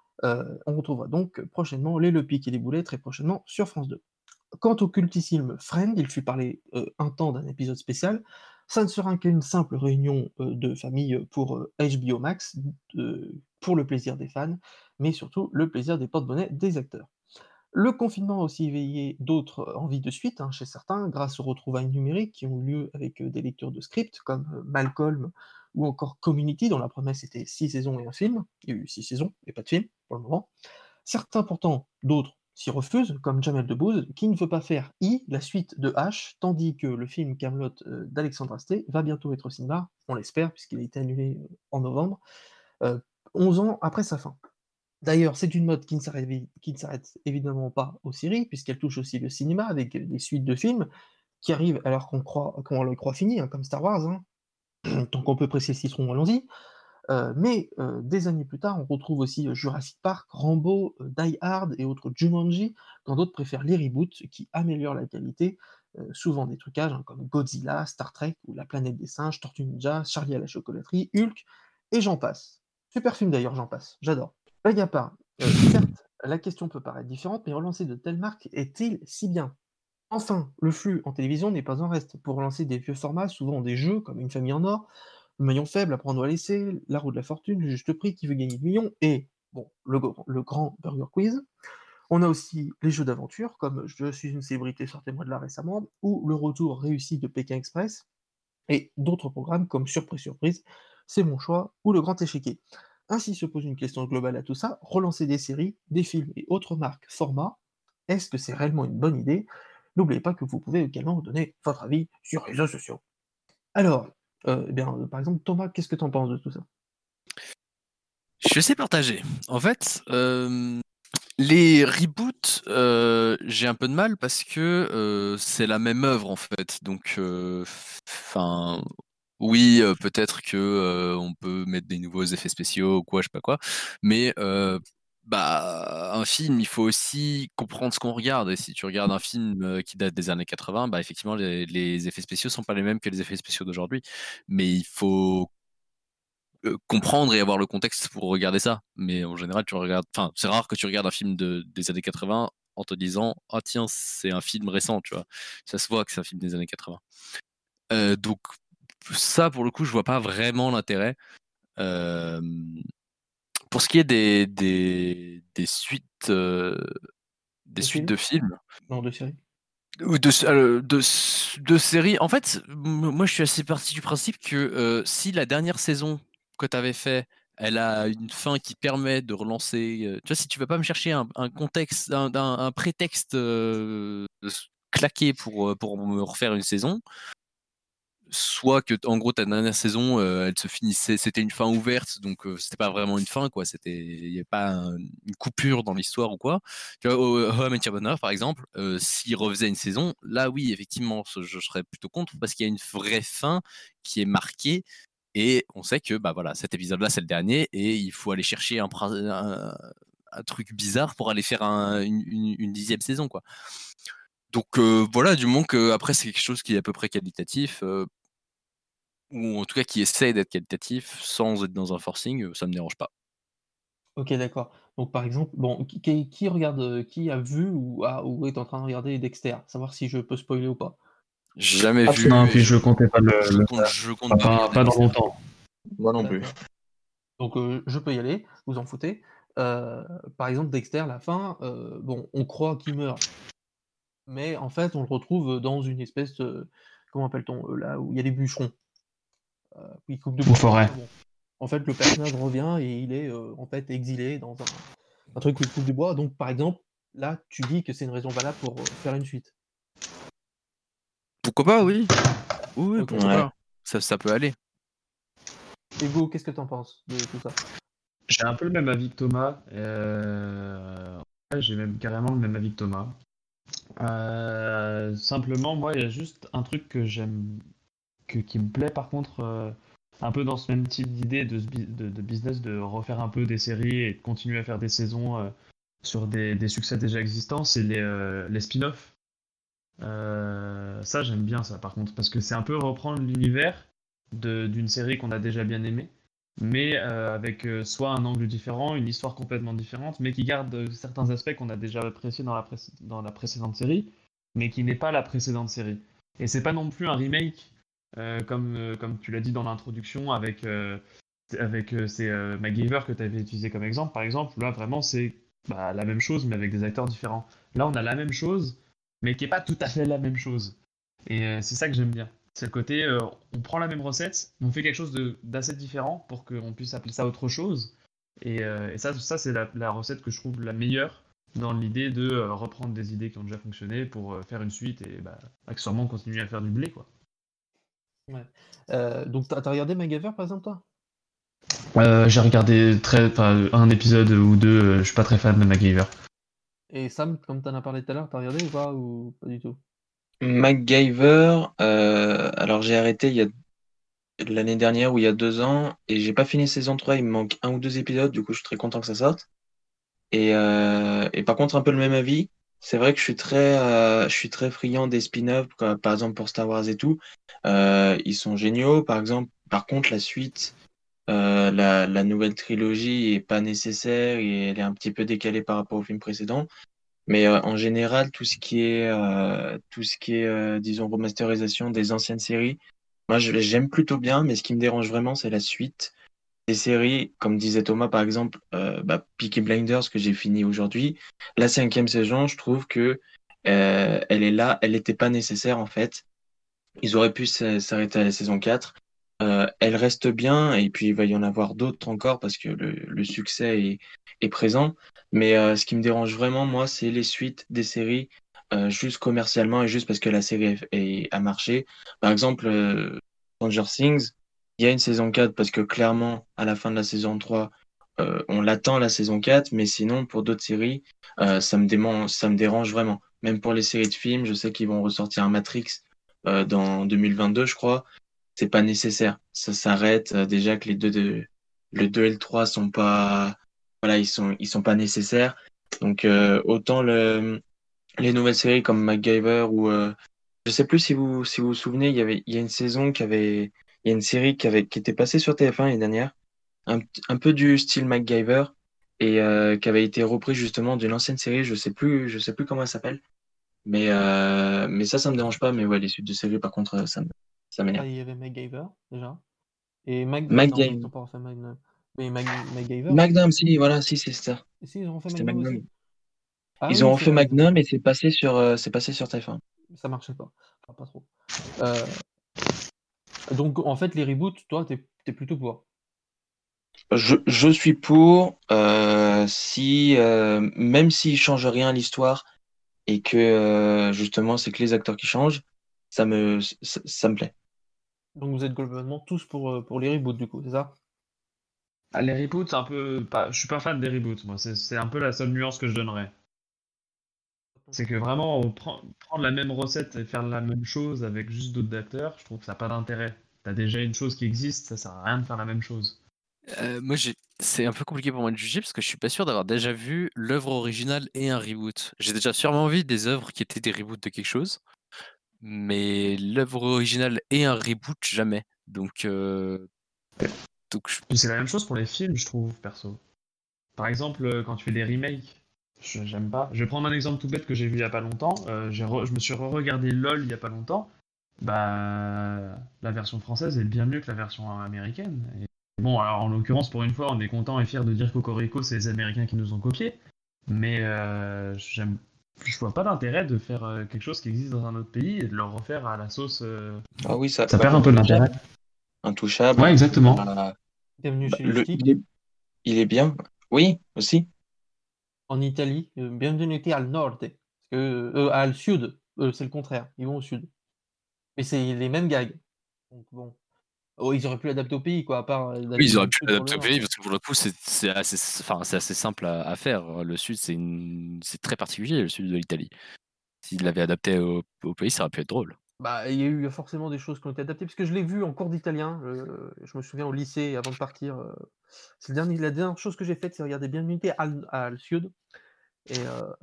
On retrouvera donc prochainement les Le Pic et les Boulets, très prochainement sur France 2. Quant au cultissime Friends, il fut parlé un temps d'un épisode spécial, ça ne sera qu'une simple réunion de famille pour HBO Max, pour le plaisir des fans, mais surtout le plaisir des porte-bonnets des acteurs. Le confinement a aussi éveillé d'autres envies de suite, hein, chez certains, grâce aux retrouvailles numériques qui ont eu lieu avec des lectures de scripts, comme Malcolm ou encore Community, dont la promesse était 6 saisons et un film. Il y a eu 6 saisons et pas de film, pour le moment. Certains pourtant, d'autres, s'y refusent, comme Jamel Debbouze, qui ne veut pas faire la suite de H, tandis que le film Kaamelott d'Alexandre Astier va bientôt être au cinéma, on l'espère, puisqu'il a été annulé en novembre, 11 ans après sa fin. D'ailleurs, c'est une mode qui ne s'arrête évidemment pas aux séries, puisqu'elle touche aussi le cinéma, avec des suites de films qui arrivent alors qu'on les croit finis, hein, comme Star Wars. Hein. Tant qu'on peut presser le citron, allons-y. Mais des années plus tard, on retrouve aussi Jurassic Park, Rambo, Die Hard et autres Jumanji, quand d'autres préfèrent les reboots qui améliorent la qualité, souvent des trucages, hein, comme Godzilla, Star Trek ou La Planète des Singes, Tortue Ninja, Charlie à la chocolaterie, Hulk, et j'en passe. Super film d'ailleurs, j'en passe, j'adore. Blague à part, certes, la question peut paraître différente, mais relancer de telles marques est-il si bien? Enfin, le flux en télévision n'est pas en reste. Pour relancer des vieux formats, souvent des jeux comme Une famille en or, Le maillon faible, Apprendre à laisser, La roue de la fortune, Le juste prix, Qui veut gagner des millions et, bon, le grand Burger Quiz. On a aussi les jeux d'aventure comme Je suis une célébrité, sortez-moi de là récemment, ou le retour réussi de Pékin Express, et d'autres programmes comme Surprise Surprise, C'est mon choix, ou Le grand échiquier. Ainsi se pose une question globale à tout ça, relancer des séries, des films et autres marques formats, est-ce que c'est réellement une bonne idée? N'oubliez pas que vous pouvez également donner votre avis sur les réseaux sociaux. Alors, par exemple, Thomas, qu'est-ce que tu en penses de tout ça? Je suis assez partagé. En fait, les reboots, j'ai un peu de mal parce que c'est la même œuvre en fait. Donc, enfin, oui, peut-être que on peut mettre des nouveaux effets spéciaux ou quoi, je sais pas quoi, mais un film, il faut aussi comprendre ce qu'on regarde. Et si tu regardes un film qui date des années 80, bah effectivement, les effets spéciaux sont pas les mêmes que les effets spéciaux d'aujourd'hui. Mais il faut comprendre et avoir le contexte pour regarder ça. Mais en général, c'est rare que tu regardes un film des années 80 en te disant ah tiens, c'est un film récent, tu vois. Ça se voit que c'est un film des années 80. Donc ça, pour le coup, je vois pas vraiment l'intérêt. Pour ce qui est des suites, des suites de films. Non, de séries. Ou de séries. En fait, moi, je suis assez parti du principe que si la dernière saison que tu avais fait, elle a une fin qui permet de relancer. Tu vois, si tu vas pas me chercher un contexte, un prétexte claqué pour me refaire une saison, soit que en gros ta dernière saison elle se finissait, c'était une fin ouverte, donc c'était pas vraiment une fin quoi, il y avait pas une coupure dans l'histoire ou quoi. Tu vois, How I Met Your Mother par exemple, s'il refaisait une saison, là oui effectivement je serais plutôt contre parce qu'il y a une vraie fin qui est marquée et on sait que bah voilà, cet épisode là c'est le dernier et il faut aller chercher un truc bizarre pour aller faire une 10e saison quoi. Donc voilà, du moment que après c'est quelque chose qui est à peu près qualitatif, ou en tout cas qui essaye d'être qualitatif sans être dans un forcing, ça me dérange pas. Ok, d'accord. Donc par exemple, bon, qui regarde, qui a vu ou est en train de regarder Dexter? Savoir si je peux spoiler ou pas. J'ai jamais Ah, vu non, et puis je comptais pas je compte pas regarder pas dans Dexter. longtemps. Moi non plus. D'accord. Donc je peux y aller, vous en foutez. Par exemple, Dexter, la fin, bon, on croit qu'il meurt, mais en fait, on le retrouve dans une espèce de, comment appelle-t-on, là où il y a des bûcherons, où ils coupent du Une bois. forêt. Bon. En fait, le personnage revient et il est en fait exilé dans un truc où il coupe du bois. Donc, par exemple, là, tu dis que c'est une raison valable pour faire une suite. Pourquoi pas, oui. Oui, Ok. pourquoi Ouais. pas. Ça peut aller. Hugo, qu'est-ce que t'en penses de tout ça? J'ai un peu le même avis que Thomas. Ouais, j'ai même carrément le même avis que Thomas. Simplement, moi, il y a juste un truc que j'aime, qui me plaît par contre, un peu dans ce même type d'idée de business, de refaire un peu des séries et de continuer à faire des saisons sur des succès déjà existants, c'est les spin-offs. Ça, j'aime bien ça par contre, parce que c'est un peu reprendre l'univers d'une série qu'on a déjà bien aimée, mais avec soit un angle différent, une histoire complètement différente, mais qui garde certains aspects qu'on a déjà appréciés dans la précédente série, mais qui n'est pas la précédente série. Et c'est pas non plus un remake, comme tu l'as dit dans l'introduction, avec MacGyver que tu avais utilisé comme exemple, par exemple. Là, vraiment, c'est la même chose, mais avec des acteurs différents. Là, on a la même chose, mais qui n'est pas tout à fait la même chose. Et c'est ça que j'aime bien. C'est le côté, on prend la même recette, mais on fait quelque chose d'assez différent pour qu'on puisse appeler ça autre chose. Et ça c'est la recette que je trouve la meilleure dans l'idée de reprendre des idées qui ont déjà fonctionné pour faire une suite et accessoirement continuer à faire du blé, quoi. Ouais. Donc, t'as regardé MacGyver, par exemple, toi? J'ai regardé un épisode ou deux, je suis pas très fan de MacGyver. Et Sam, comme t'en as parlé tout à l'heure, t'as regardé ou pas du tout? MacGyver, alors j'ai arrêté il y a l'année dernière ou il y a 2 ans et j'ai pas fini saison 3, il me manque 1 ou 2 épisodes, du coup je suis très content que ça sorte. Et par contre, un peu le même avis. C'est vrai que je suis très friand des spin-offs, par exemple pour Star Wars et tout. Ils sont géniaux. Par exemple, par contre, la suite La nouvelle trilogie est pas nécessaire et elle est un petit peu décalée par rapport au film précédent. Mais en général, tout ce qui est disons, remasterisation des anciennes séries, moi, j'aime plutôt bien, mais ce qui me dérange vraiment, c'est la suite des séries. Comme disait Thomas, par exemple, Peaky Blinders, que j'ai fini aujourd'hui. La 5e saison, je trouve que elle est là, elle n'était pas nécessaire, en fait. Ils auraient pu s'arrêter à la saison 4. Elle reste bien, et puis il va y en avoir d'autres encore parce que le succès est présent. Mais ce qui me dérange vraiment, moi, c'est les suites des séries, juste commercialement et juste parce que la série a marché. Par exemple, Stranger Things, il y a une saison 4 parce que clairement, à la fin de la saison 3, on l'attend la saison 4, mais sinon, pour d'autres séries, ça me dérange vraiment. Même pour les séries de films, je sais qu'ils vont ressortir un Matrix dans 2022, je crois. C'est pas nécessaire. Ça s'arrête. Déjà que le 2 et le 3 sont pas, voilà, ils sont pas nécessaires. Donc, autant les nouvelles séries comme MacGyver ou, je sais plus si vous vous souvenez, il y a une saison il y a une série qui était passée sur TF1 l'année dernière, un peu du style MacGyver et qui avait été repris justement d'une ancienne série. Je sais plus comment elle s'appelle. Mais ça me dérange pas. Mais ouais, les suites de séries, par contre, ça m'énerve. Il y avait MacGyver, déjà. Et non, ils MacGyver. n'ont pas refait Magnum. Mais MacGyver, Magnum, si, voilà, si, c'est ça. et si, ils ont refait C'était Magnum Magnum. aussi. Ah Ils oui, ont c'est refait vrai, Magnum et c'est passé sur TF1. ça marchait pas. Enfin, pas trop. Donc, en fait, les reboots, toi, t'es plutôt pour. Je suis pour, si, même s'ils changent rien à l'histoire et que, justement, c'est que les acteurs qui changent, ça me plaît. Donc, vous êtes globalement tous pour les reboots, du coup, c'est ça? Ah, les reboots, c'est un peu. Je suis pas fan des reboots, moi. C'est un peu la seule nuance que je donnerais. C'est que vraiment, prendre la même recette et faire la même chose avec juste d'autres acteurs, je trouve que ça n'a pas d'intérêt. T'as déjà une chose qui existe, ça sert à rien de faire la même chose. Moi, c'est un peu compliqué pour moi de juger parce que je suis pas sûr d'avoir déjà vu l'œuvre originale et un reboot. J'ai déjà sûrement vu des œuvres qui étaient des reboots de quelque chose, mais l'œuvre originale et un reboot, jamais. Donc Puis c'est la même chose pour les films, je trouve, perso. Par exemple, quand tu fais des remakes, j'aime pas. Je vais prendre un exemple tout bête que j'ai vu il y a pas longtemps. Je me suis re-regardé LOL il y a pas longtemps. Bah, la version française est bien mieux que la version américaine. Et bon, alors en l'occurrence, pour une fois, on est content et fier de dire qu'Cocorico, c'est les Américains qui nous ont copiés. Mais je vois pas d'intérêt de faire quelque chose qui existe dans un autre pays et de le refaire à la sauce. Ah oui, Ça perd un peu d'intérêt. Intouchable. Ouais, exactement. Bienvenue chez Le- les Ch'tis. il est bien. Oui, aussi. En Italie, bienvenue al nord. Parce que, al sud, c'est le contraire. Ils vont au sud. Mais c'est les mêmes gags. Donc bon. Oh, ils auraient pu l'adapter au pays, quoi, à part oui, d'aller ils dans auraient le pu sud pour le l'adapter au nord. pays parce que pour le coup, c'est assez simple à faire. Le sud, c'est très particulier, le sud de l'Italie. S'ils l'avaient adapté au pays, ça aurait pu être drôle. Bah, il y a eu forcément des choses qui ont été adaptées, parce que je l'ai vu en cours d'italien. Je me souviens au lycée, avant de partir. C'est la dernière chose que j'ai faite, c'est regarder Bienvenue al Sud. Et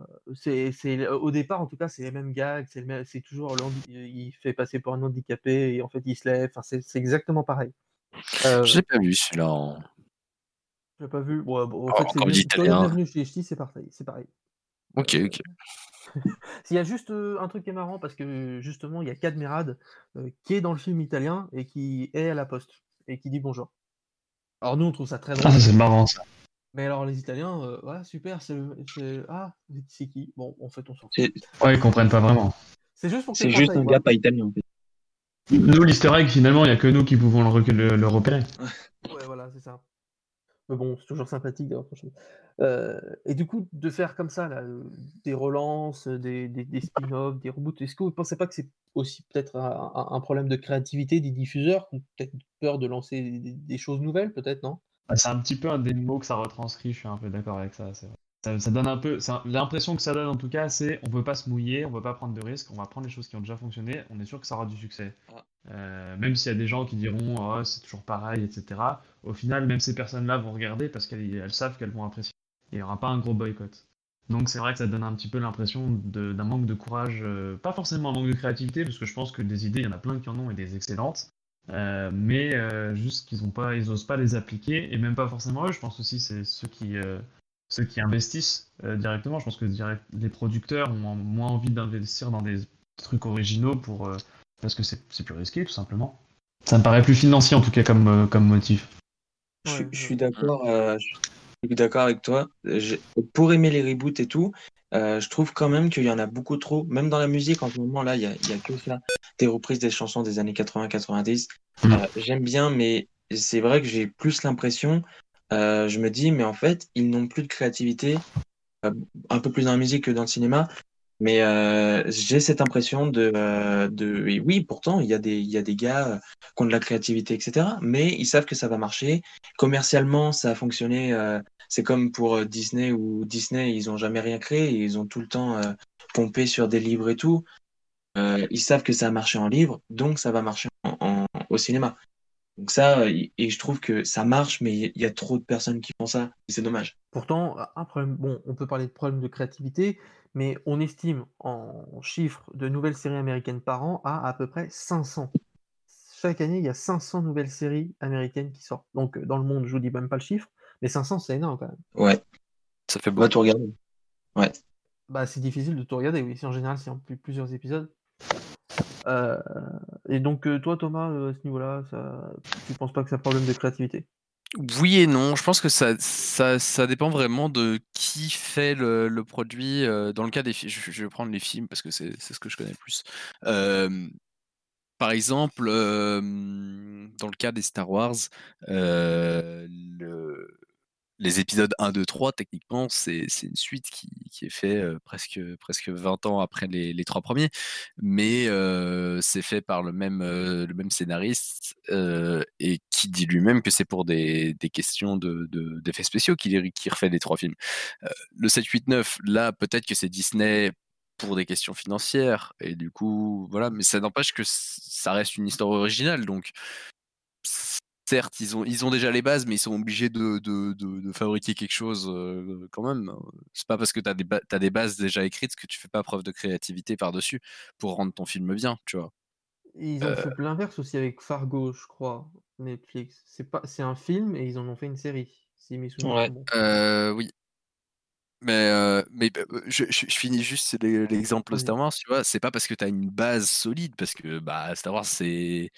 au départ, en tout cas, c'est les mêmes gags, c'est toujours il fait passer pour un handicapé et en fait il se lève. Enfin, c'est exactement pareil. Je l'ai pas vu celui-là. Tu l'as pas vu? Ouais, bon, en fait, Encore dit tu regardes italien. Bienvenue chez les Ch'tis, c'est pareil, c'est pareil. Ok, ok. S'il y a juste un truc qui est marrant, parce que justement, il y a Cadmerade qui est dans le film italien et qui est à la poste et qui dit bonjour. Alors nous, on trouve ça très Ah, drôle. ça, c'est marrant ça. Mais alors les Italiens, ouais, super, ah, c'est qui? Bon, en fait, on s'en fout. Ouais, ils comprennent pas vraiment. C'est juste pour que C'est tu juste penses à un quoi. gars pas italien, en fait. Nous, l'easter egg, finalement, il y a que nous qui pouvons le repérer. Ouais, voilà, c'est ça. Mais bon, c'est toujours sympathique d'avoir autre chose. Et du coup, de faire comme ça, là, des relances, des spin-offs, des reboots, est-ce que vous ne pensez pas que c'est aussi peut-être un problème de créativité des diffuseurs qui ont peut-être peur de lancer des choses nouvelles, peut-être, non? Bah, c'est un petit peu un des mots que ça retranscrit, je suis un peu d'accord avec ça. C'est vrai. Ça donne un peu. L'impression que ça donne en tout cas, c'est on peut pas se mouiller, on peut pas prendre de risques, on va prendre les choses qui ont déjà fonctionné, on est sûr que ça aura du succès. Même s'il y a des gens qui diront oh, c'est toujours pareil, etc. Au final, même ces personnes-là vont regarder parce qu'elles savent qu'elles vont apprécier. Il n'y aura pas un gros boycott. Donc c'est vrai que ça donne un petit peu l'impression d'un manque de courage, pas forcément un manque de créativité, parce que je pense que des idées, il y en a plein qui en ont et des excellentes. mais juste ils osent pas les appliquer, et même pas forcément eux, je pense aussi c'est ceux qui investissent directement. Je pense que les producteurs ont moins envie d'investir dans des trucs originaux parce que c'est plus risqué, tout simplement. Ça me paraît plus financier en tout cas comme motif. Je suis d'accord, je suis d'accord avec toi. Pour aimer les reboots et tout, je trouve quand même qu'il y en a beaucoup trop. Même dans la musique, en ce moment, là, il y a que ça. Des reprises des chansons des années 80-90. J'aime bien, mais c'est vrai que j'ai plus l'impression, je me dis, mais en fait, ils n'ont plus de créativité, un peu plus dans la musique que dans le cinéma. Mais j'ai cette impression et oui, pourtant, il y a des gars qui ont de la créativité, etc. Mais ils savent que ça va marcher. Commercialement, ça a fonctionné. C'est comme pour Disney, où Disney, ils ont jamais rien créé. Ils ont tout le temps pompé sur des livres et tout. Ils savent que ça a marché en livre, donc ça va marcher au cinéma. Donc ça, et je trouve que ça marche, mais il y a trop de personnes qui font ça. Et c'est dommage. Pourtant, un problème, bon, on peut parler de problème de créativité, mais on estime en chiffres de nouvelles séries américaines par an à peu près 500. Chaque année, il y a 500 nouvelles séries américaines qui sortent. Donc, dans le monde, je vous dis même pas le chiffre, mais 500, c'est énorme quand même. Ouais. Ça fait Va beaucoup. tout regarder. Ouais. Bah, c'est difficile de tout regarder, oui. En général, c'est en plusieurs épisodes. Et donc, toi, Thomas, à ce niveau-là, tu penses pas que c'est un problème de créativité? Oui et non, je pense que ça dépend vraiment de qui fait le produit. Dans le cas des films, je vais prendre les films parce que c'est ce que je connais le plus. Par exemple, dans le cas des Star Wars, les épisodes 1, 2, 3, techniquement, c'est une suite qui est fait presque 20 ans après les 3 premiers, mais c'est fait par le même scénariste et qui dit lui-même que c'est pour des questions d'effets spéciaux qu'il refait les 3 films. Le 7, 8, 9, là, peut-être que c'est Disney pour des questions financières, et du coup, voilà, mais ça n'empêche que ça reste une histoire originale, donc certes, ils ont déjà les bases, mais ils sont obligés de fabriquer quelque chose quand même. C'est pas parce que t'as des bases déjà écrites que tu fais pas preuve de créativité par-dessus pour rendre ton film bien, tu vois. Ils ont fait l'inverse aussi avec Fargo, je crois, Netflix. C'est un film et ils en ont fait une série, si mes souvenirs sont bons. Oui. Mais je finis juste l'exemple de Vas-y. Star Wars, tu vois. C'est pas parce que t'as une base solide, parce que Star Wars, c'est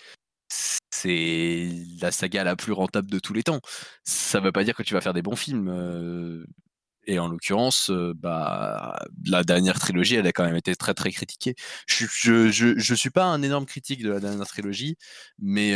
la saga la plus rentable de tous les temps. Ça veut pas dire que tu vas faire des bons films. Et en l'occurrence, la dernière trilogie, elle a quand même été très très critiquée. Je suis pas un énorme critique de la dernière trilogie, mais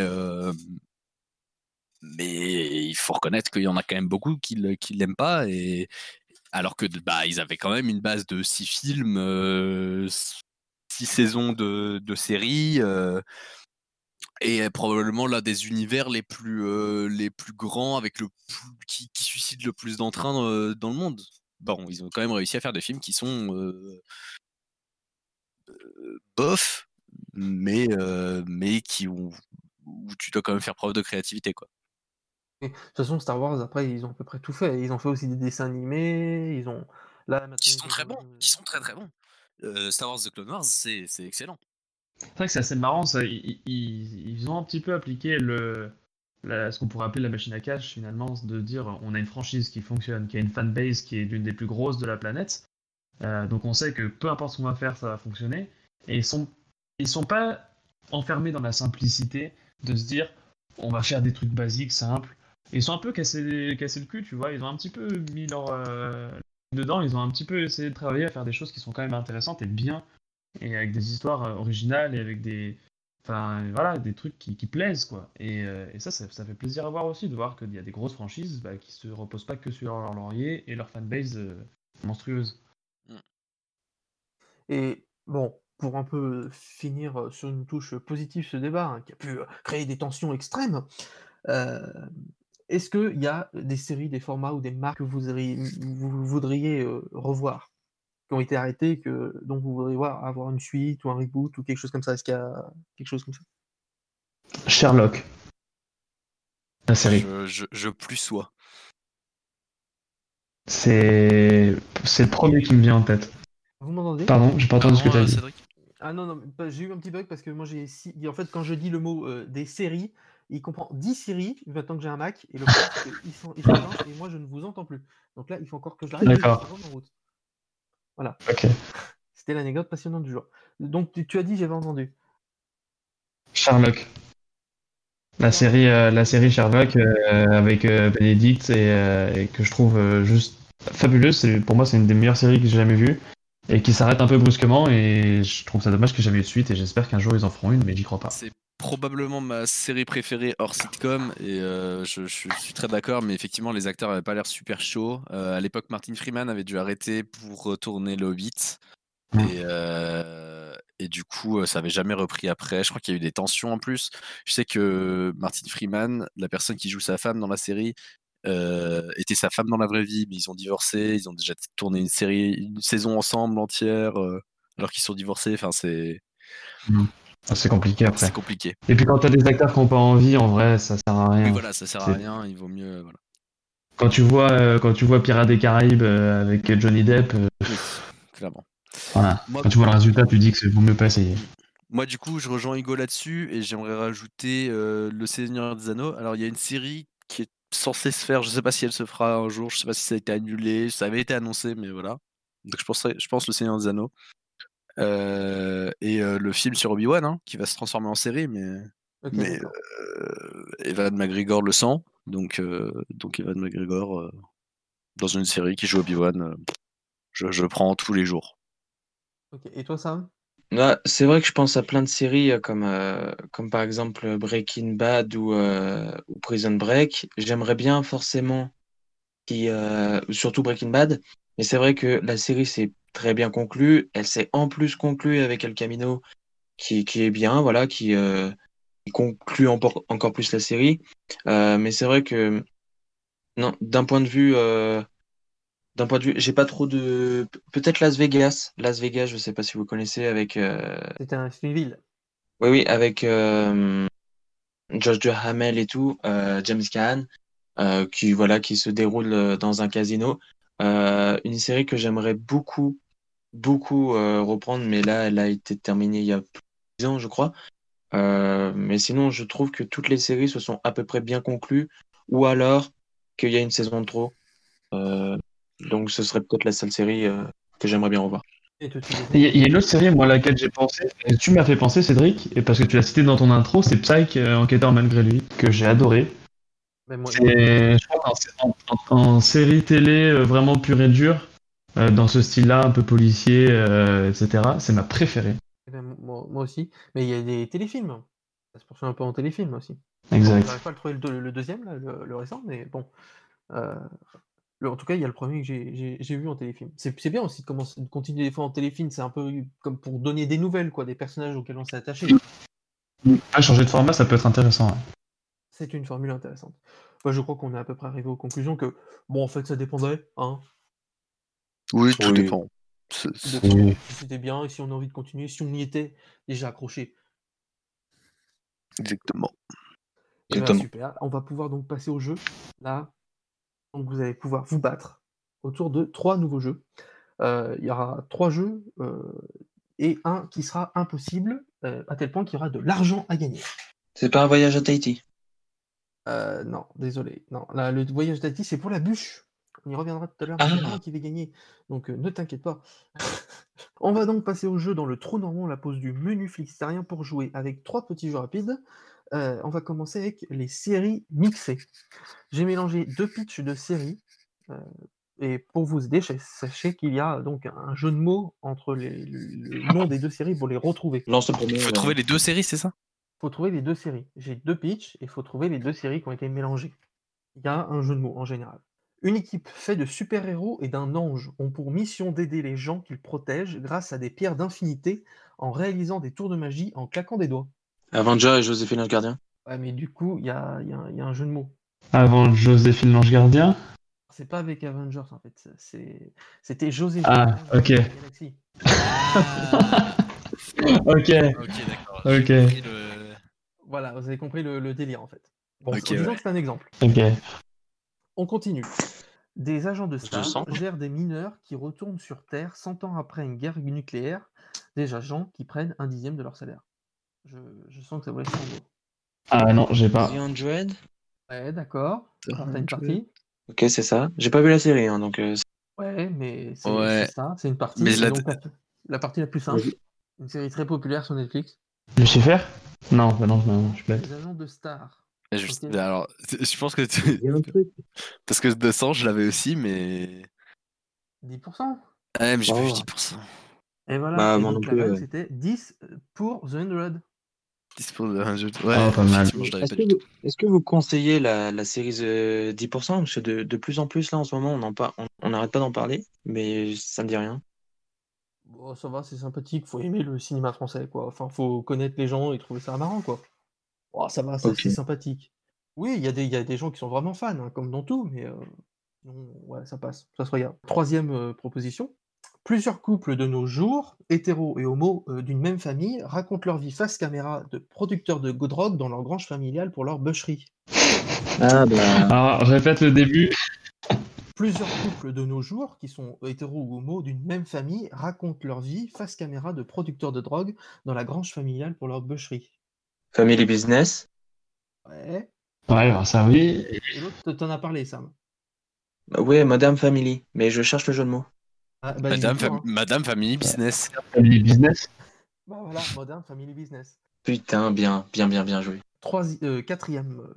il faut reconnaître qu'il y en a quand même beaucoup qui l'aiment pas, et alors que ils avaient quand même une base de 6 films, 6 saisons de séries. Et probablement l'un des univers les plus grands, avec qui suscite le plus d'entrain dans le monde. Bon, ils ont quand même réussi à faire des films qui sont bof, mais où tu dois quand même faire preuve de créativité, quoi. Et de toute façon, Star Wars, après, ils ont à peu près tout fait. Ils ont fait aussi des dessins animés, ils ont là, maintenant, Qui sont très bons, qui sont très très bons. Star Wars The Clone Wars, c'est excellent. C'est vrai que c'est assez marrant, ça. Ils ont un petit peu appliqué ce qu'on pourrait appeler la machine à cash, finalement, de dire on a une franchise qui fonctionne, qui a une fanbase qui est l'une des plus grosses de la planète. Donc on sait que peu importe ce qu'on va faire, ça va fonctionner. Et ils sont pas enfermés dans la simplicité de se dire on va faire des trucs basiques, simples. Ils sont un peu cassés le cul, tu vois. Ils ont un petit peu mis leur dedans, ils ont un petit peu essayé de travailler à faire des choses qui sont quand même intéressantes et bien, et avec des histoires originales et avec des trucs qui plaisent, quoi. Et ça fait plaisir à voir aussi, de voir qu'il y a des grosses franchises qui se reposent pas que sur leur laurier et leur fanbase monstrueuse. Et bon, pour un peu finir sur une touche positive ce débat, hein, qui a pu créer des tensions extrêmes, est-ce qu'il y a des séries, des formats ou des marques que vous voudriez revoir, qui ont été arrêtées, dont vous voudriez avoir une suite ou un reboot ou quelque chose comme ça? Est-ce qu'il y a quelque chose comme ça? Sherlock. La série. Je plus sois. C'est le premier qui me vient en tête. Vous m'entendez? Pardon, j'ai pas entendu ce que tu as dit. Cédric. Ah non, non, j'ai eu un petit bug parce que moi en fait, quand je dis le mot des séries, il comprend 10 séries maintenant que j'ai un Mac, et le problème c'est qu'ils s'enclenchent et moi je ne vous entends plus. Donc là, il faut encore que je l'arrête et que je D'accord. revienne en route. Voilà, Ok. c'était l'anecdote passionnante du jour. Donc tu as dit, j'avais entendu. Sherlock. La série Sherlock avec Benedict et que je trouve juste fabuleuse. Pour moi, c'est une des meilleures séries que j'ai jamais vues et qui s'arrête un peu brusquement. Et je trouve ça dommage qu'il n'y ait jamais eu de suite. Et j'espère qu'un jour ils en feront une, mais j'y crois pas. C'est probablement ma série préférée hors sitcom et je suis très d'accord, mais effectivement les acteurs avaient pas l'air super chauds. À l'époque, Martin Freeman avait dû arrêter pour retourner le Hobbit et du coup ça avait jamais repris après. Je crois qu'il y a eu des tensions en plus. Je sais que Martin Freeman, la personne qui joue sa femme dans la série, était sa femme dans la vraie vie, mais ils ont divorcé. Ils ont déjà tourné une saison ensemble entière alors qu'ils sont divorcés. Enfin c'est C'est compliqué après. c'est compliqué. Et puis quand t'as des acteurs qui n'ont pas envie, en vrai, ça sert à rien. Oui, voilà, ça sert à rien, il vaut mieux. Voilà. Quand tu vois Pirates des Caraïbes avec Johnny Depp, Oui, clairement. voilà. Moi, Quand tu vois le résultat, tu dis que c'est vaut mieux pas essayer. moi, du coup, je rejoins Hugo là-dessus et j'aimerais rajouter Le Seigneur des Anneaux. Alors, il y a une série qui est censée se faire, je sais pas si elle se fera un jour, je sais pas si ça a été annulé, ça avait été annoncé, mais voilà. Donc, je pense Le Seigneur des Anneaux. Et le film sur Obi-Wan, hein, qui va se transformer en série, mais, Ok, mais d'accord. Evan McGregor le sent, donc Evan McGregor dans une série qui joue Obi-Wan, je prends tous les jours. Ok. Et toi, Sam? Ouais, c'est vrai que je pense à plein de séries comme par exemple Breaking Bad ou Prison Break. J'aimerais bien forcément surtout Breaking Bad, mais c'est vrai que la série s'est très bien conclue. Elle s'est en plus conclue avec El Camino qui est bien, voilà, qui conclut encore plus la série. Mais c'est vrai que non, d'un point de vue, j'ai pas trop de. Peut-être Las Vegas. Las Vegas, je sais pas si vous connaissez avec. C'est une ville. Oui, oui, avec Josh Duhamel et tout, James Caan, qui se déroule dans un casino. Une série que j'aimerais beaucoup, beaucoup reprendre, mais là, elle a été terminée il y a plus de 10 ans, je crois. Mais sinon, je trouve que toutes les séries se sont à peu près bien conclues, ou alors qu'il y a une saison de trop. Donc, ce serait peut-être la seule série que j'aimerais bien revoir. Et toi, Il y a une autre série, moi, à laquelle j'ai pensé, et tu m'as fait penser, Cédric, et parce que tu l'as cité dans ton intro, c'est Psych, Enquêteur malgré lui, que j'ai adoré. Mais moi, Je crois en série télé vraiment pure et dure, dans ce style-là, un peu policier, etc., c'est ma préférée. moi aussi. Mais il y a des téléfilms. Ça se poursuit un peu en téléfilm aussi. Exact. J'arrive pas à le trouver le deuxième, là, le récent, mais bon. En tout cas, il y a le premier que j'ai vu en téléfilm. C'est bien aussi de continuer des fois en téléfilm, c'est un peu comme pour donner des nouvelles, quoi, des personnages auxquels on s'est attaché. Changer de format, ça peut être intéressant. Ouais. C'est une formule intéressante. Moi, je crois qu'on est à peu près arrivé aux conclusions que, bon, en fait, ça dépendrait, hein. Oui, tout Oui. dépend. Tout dépend. Si c'était bien, et si on a envie de continuer, si on y était déjà accroché. Exactement. Et ben, super. On va pouvoir donc passer au jeu. Là, donc vous allez pouvoir vous battre autour de 3 nouveaux jeux. Il y aura 3 jeux et un qui sera impossible, à tel point qu'il y aura de l'argent à gagner. C'est pas un voyage à Tahiti? Non, désolé. Non, là, le voyage d'Haïti, c'est pour la bûche. On y reviendra tout à l'heure, mais c'est moi qui vais gagner. Donc ne t'inquiète pas. On va donc passer au jeu dans le trou normand, la pause du menu flixitarien pour jouer avec 3 petits jeux rapides. On va commencer avec les séries mixées. J'ai mélangé 2 pitchs de séries. Et pour vous aider, sachez qu'il y a donc un jeu de mots entre le nom des 2 séries pour les retrouver. Lance le premier. Il faut trouver les 2 séries, c'est ça? Il faut trouver les 2 séries. J'ai 2 pitchs et il faut trouver les 2 séries qui ont été mélangées. Il y a un jeu de mots en général. Une équipe faite de super-héros et d'un ange ont pour mission d'aider les gens qu'ils protègent grâce à des pierres d'infinité en réalisant des tours de magie en claquant des doigts. Avenger et Joséphine le Gardien. Ouais, mais du coup, il y a un jeu de mots. Avant Joséphine l'Ange Gardien. C'est pas avec Avengers en fait, c'était Joséphine. Ah, ok. Galaxy. Ok. d'accord. Ok. Voilà, vous avez compris le délire en fait. Bon, Ok, disons ouais. que c'est un exemple. Ok. On continue. Des agents de Je Star sens. gèrent des mineurs qui retournent sur Terre 100 ans après une guerre nucléaire. Des agents qui prennent 1/10 de leur salaire. Je sens que ça va être sans mots. Ah non, j'ai pas. The 100? Ouais, d'accord. Alors, t'as une partie. Ok, c'est ça. J'ai pas vu la série, hein, donc Ouais, mais c'est Ouais. ça, c'est une partie. Mais Et la- donc, la partie la plus simple, une série très populaire sur Netflix. Lucifer? Non, bah non, je blague. Les agents de Star. Mais Ok. alors, je pense que il y a un truc. parce que 200, je l'avais aussi, mais 10%. mais j'ai pas vu Oh. 10%. Et voilà. Bah, Et moi donc non la plus, règle, ouais. c'était 10 pour The 100. 10 pour un jeu. Ouais, Ah, pas mal. effectivement, je l'avais Est-ce pas que, du tout. est-ce que vous conseillez la série 10%? Parce que de plus en plus, là, en ce moment, on n'arrête pas d'en parler, mais ça me dit rien. Bon, ça va, c'est sympathique. Faut aimer le cinéma français, quoi. Enfin, faut connaître les gens et trouver ça marrant, quoi. Oh, ça va, Ok. c'est sympathique. Oui, il y a des gens qui sont vraiment fans, hein, comme dans tout, mais sinon, ouais, ça passe, ça se regarde. Troisième proposition. Plusieurs couples de nos jours, hétéros et homos d'une même famille, racontent leur vie face caméra de producteurs de drogue dans leur grange familiale pour leur bûcherie. Ah, bah. Alors, répète le début. Plusieurs couples de nos jours, qui sont hétéros ou homos d'une même famille, racontent leur vie face caméra de producteurs de drogue dans la grange familiale pour leur bûcherie. Family Business? Ouais. Ouais, bah, ça oui. Et l'autre, t'en as parlé, Sam. Bah, ouais, Madame Family, mais je cherche le jeu de mots. Ah, bah, dis-le-toi, hein. Madame Family Business. Family Business. Bah voilà, Modern Family Business. Putain, bien joué. Quatrième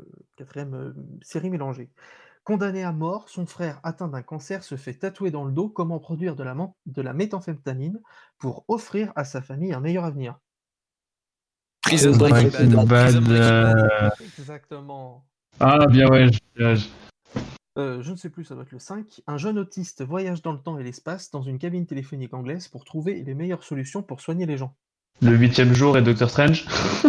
série mélangée. Condamné à mort, son frère atteint d'un cancer se fait tatouer dans le dos comment produire de la méthamphétamine pour offrir à sa famille un meilleur avenir. Prison Breaking Breaking Bad. Bad, Prison Breaking Bad. Exactement. Ah, bien, ouais. Je ne sais plus, ça doit être le 5. Un jeune autiste voyage dans le temps et l'espace dans une cabine téléphonique anglaise pour trouver les meilleures solutions pour soigner les gens. Le 8e jour et Doctor Strange.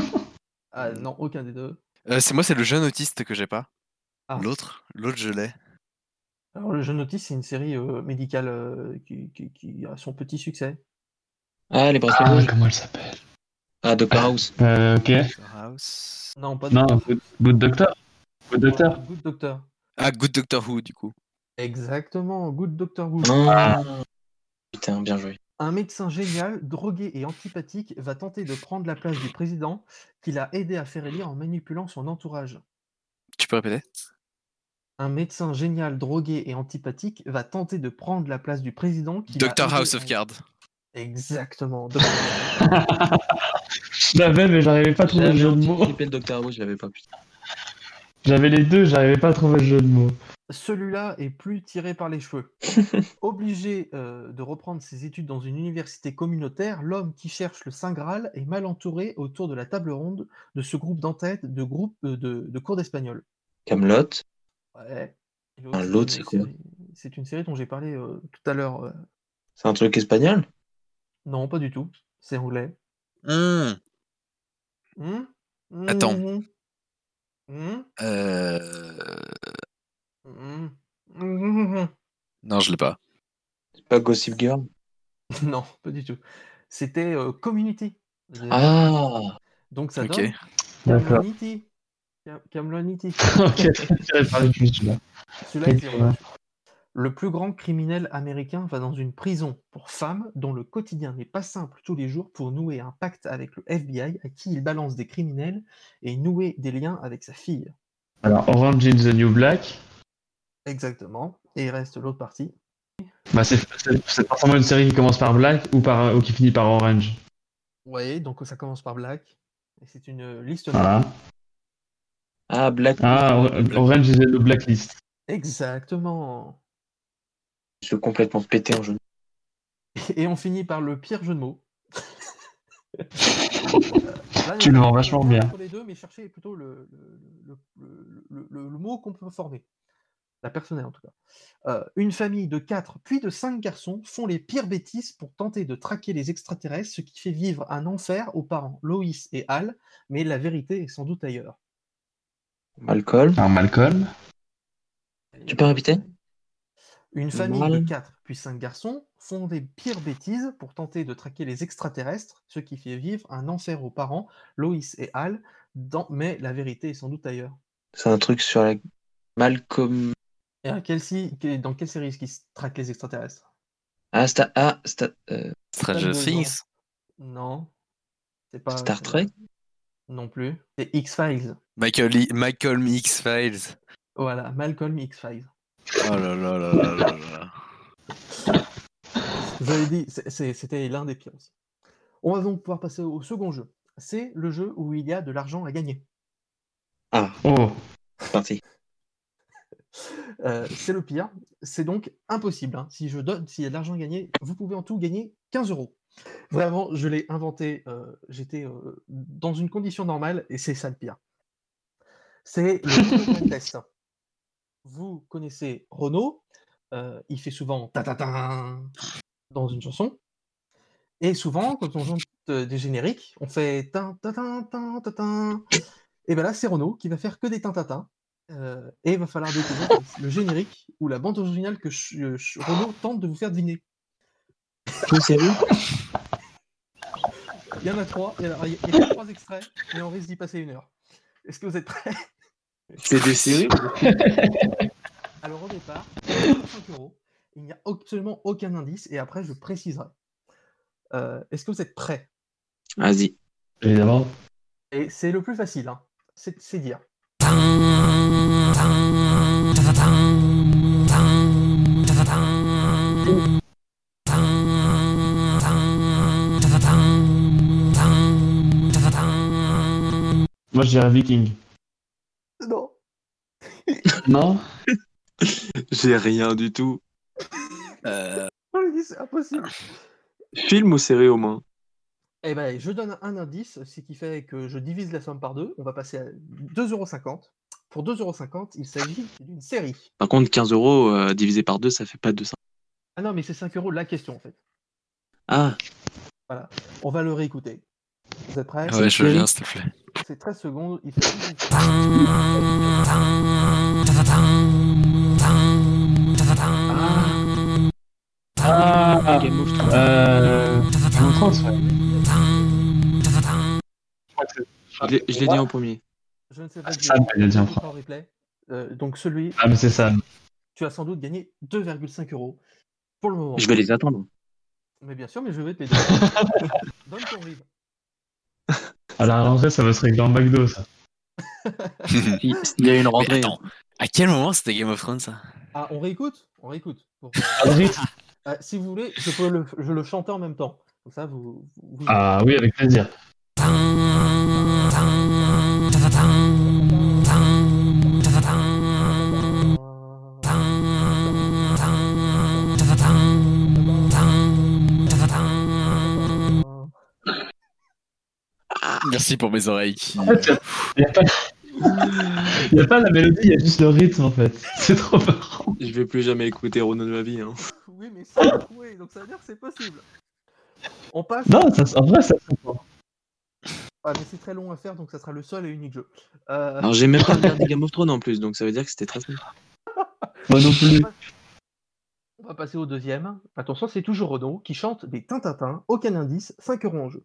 Ah non, aucun des deux. C'est le jeune autiste que j'ai pas. Ah. L'autre, je l'ai. Alors, le jeune autiste, c'est une série médicale qui a son petit succès. Ah, les bracelets Ah, rouges. comment elle s'appelle? Ah, Dr House. Ok. House. Non, pas du Non, tout. Good Doctor. Good Doctor. Good Doctor. Ah, Good Doctor Who, du coup. Exactement, Good Doctor Who. Ah. Putain, bien joué. Un médecin génial, drogué et antipathique, va tenter de prendre la place du président qu'il a aidé à faire élire en manipulant son entourage. Tu peux répéter? Un médecin génial, drogué et antipathique va tenter de prendre la place du président qu'il a Doctor aidé House à- of Cards. Exactement. Je l'avais, mais j'arrivais pas à trouver le jeu de mots. le Dr House, je l'avais pas, putain. J'avais les deux, j'arrivais pas à trouver le jeu de mots. Celui-là est plus tiré par les cheveux. Obligé de reprendre ses études dans une université communautaire, l'homme qui cherche le Saint Graal est mal entouré autour de la table ronde de ce groupe d'entête de cours d'espagnol. Camelot. Ouais. Et Un l'autre, c'est quoi? C'est une série dont j'ai parlé tout à l'heure. C'est un truc espagnol? Non, pas du tout. C'est anglais. Attends. Non, je l'ai pas. C'est pas Gossip Girl? Non, pas du tout. C'était Community. Ah. Donc ça Ok. donne D'accord. Camelonity. Ok, tiré par les cheveux, celui-là. Celui-là est Ok, tiré ouais. par les cheveux. Le plus grand criminel américain va dans une prison pour femmes dont le quotidien n'est pas simple tous les jours pour nouer un pacte avec le FBI à qui il balance des criminels et nouer des liens avec sa fille. Alors, Orange is the New Black. Exactement. Et il reste l'autre partie. Bah, c'est forcément une série qui commence par Black ou qui finit par Orange. Ouais, donc ça commence par Black. Et c'est une liste Voilà. noire. Ah, Black. Ah, Orange is the New Blacklist. Exactement. Je suis complètement pété en jeu. Et on finit par le pire jeu de mots. Là, Tu le vends vachement bien. Entre les deux, mais cherchez plutôt le mot qu'on peut former. La personnelle en tout cas. Une famille de 4 puis de 5 garçons font les pires bêtises pour tenter de traquer les extraterrestres, ce qui fait vivre un enfer aux parents Loïs et Hal, mais la vérité est sans doute ailleurs. Malcolm. Alors, Malcolm. Tu peux répéter? Une famille de 4 puis 5 garçons font des pires bêtises pour tenter de traquer les extraterrestres, ce qui fait vivre un enfer aux parents Loïs et Hal, mais la vérité est sans doute ailleurs. C'est un truc sur la Malcolm. Et dans quelle série est-ce qu'ils traquent les extraterrestres? Stranger Things. Non, c'est pas. Star Trek? Non plus. C'est X-Files. Malcolm X-Files. Voilà, Malcolm X-Files. Oh là là là là là là. Vous avez dit, c'était l'un des pires aussi. On va donc pouvoir passer au second jeu. C'est le jeu où il y a de l'argent à gagner. Ah, Oh, c'est parti. C'est le pire. C'est donc impossible. Hein. S'il y a de l'argent à gagner, vous pouvez en tout gagner 15 €. Vraiment, je l'ai inventé. J'étais dans une condition normale et c'est ça le pire. C'est le Renault Blind Test. Vous connaissez Renault. Il fait souvent ta-ta-ta dans une chanson. Et souvent, quand on chante des génériques, on fait ta-ta-ta-ta-ta. Et bien là, c'est Renault qui va faire que des tintatins. Et il va falloir découvrir le générique ou la bande originale que Renault tente de vous faire deviner. Quelle série? Il y en a 3. Il y a que 3 extraits, et on risque d'y passer 1 heure. Est-ce que vous êtes prêts? C'est des séries? Alors au départ, 5 €. Il n'y a absolument aucun indice, et après je préciserai. Est-ce que vous êtes prêts? Vas-y. évidemment. Et c'est le plus facile, hein. C'est dire. Moi, je dirais Viking. Non. Non? J'ai rien du tout. On lui dit c'est impossible. Film ou série au moins? Eh ben, je donne un indice, ce qui fait que je divise la somme par 2. On va passer à 2,50 €. Pour 2,50 €, il s'agit d'une série. Par contre, 15 € divisé par 2, ça fait pas 200. Ah non, mais c'est 5 € la question en fait. Ah, Voilà. On va le réécouter. Vous êtes prêts? Ouais, je viens, s'il te plaît. C'est 13 secondes. Il fait... Game of Thrones. Game of Thrones, ouais. Je l'ai dit en premier. Je ne sais pas. Sam, il a dit en en replay. Donc celui, Ah, mais c'est ça. tu as sans doute gagné 2,5 € pour le moment. Je vais les attendre. Mais bien sûr, mais je vais te les donner. Donne ton rib. À la rentrée, ça va se régler en McDo, ça. S'il y a une rentrée. Mais attends, à quel moment c'était Game of Thrones ça? Ah, on réécoute? On réécoute. Pour... si vous voulez, je le chanter en même temps. Comme ça, vous... Ah oui, avec plaisir. Merci pour mes oreilles qui... Il n'y a pas la mélodie, il y a juste le rythme en fait. C'est trop marrant. Je vais plus jamais écouter Renaud de ma vie. Hein. Oui, mais c'est trouvé, donc ça veut dire que c'est possible. On passe. Non, ça, en vrai, ça se fait. Ah, mais c'est très long à faire, donc ça sera le seul et unique jeu. Alors, j'ai même pas regardé Game of Thrones en plus, donc ça veut dire que c'était très simple. Moi non plus. On va passer au deuxième. Attention, c'est toujours Renaud qui chante des tintatins, aucun indice, 5 € en jeu.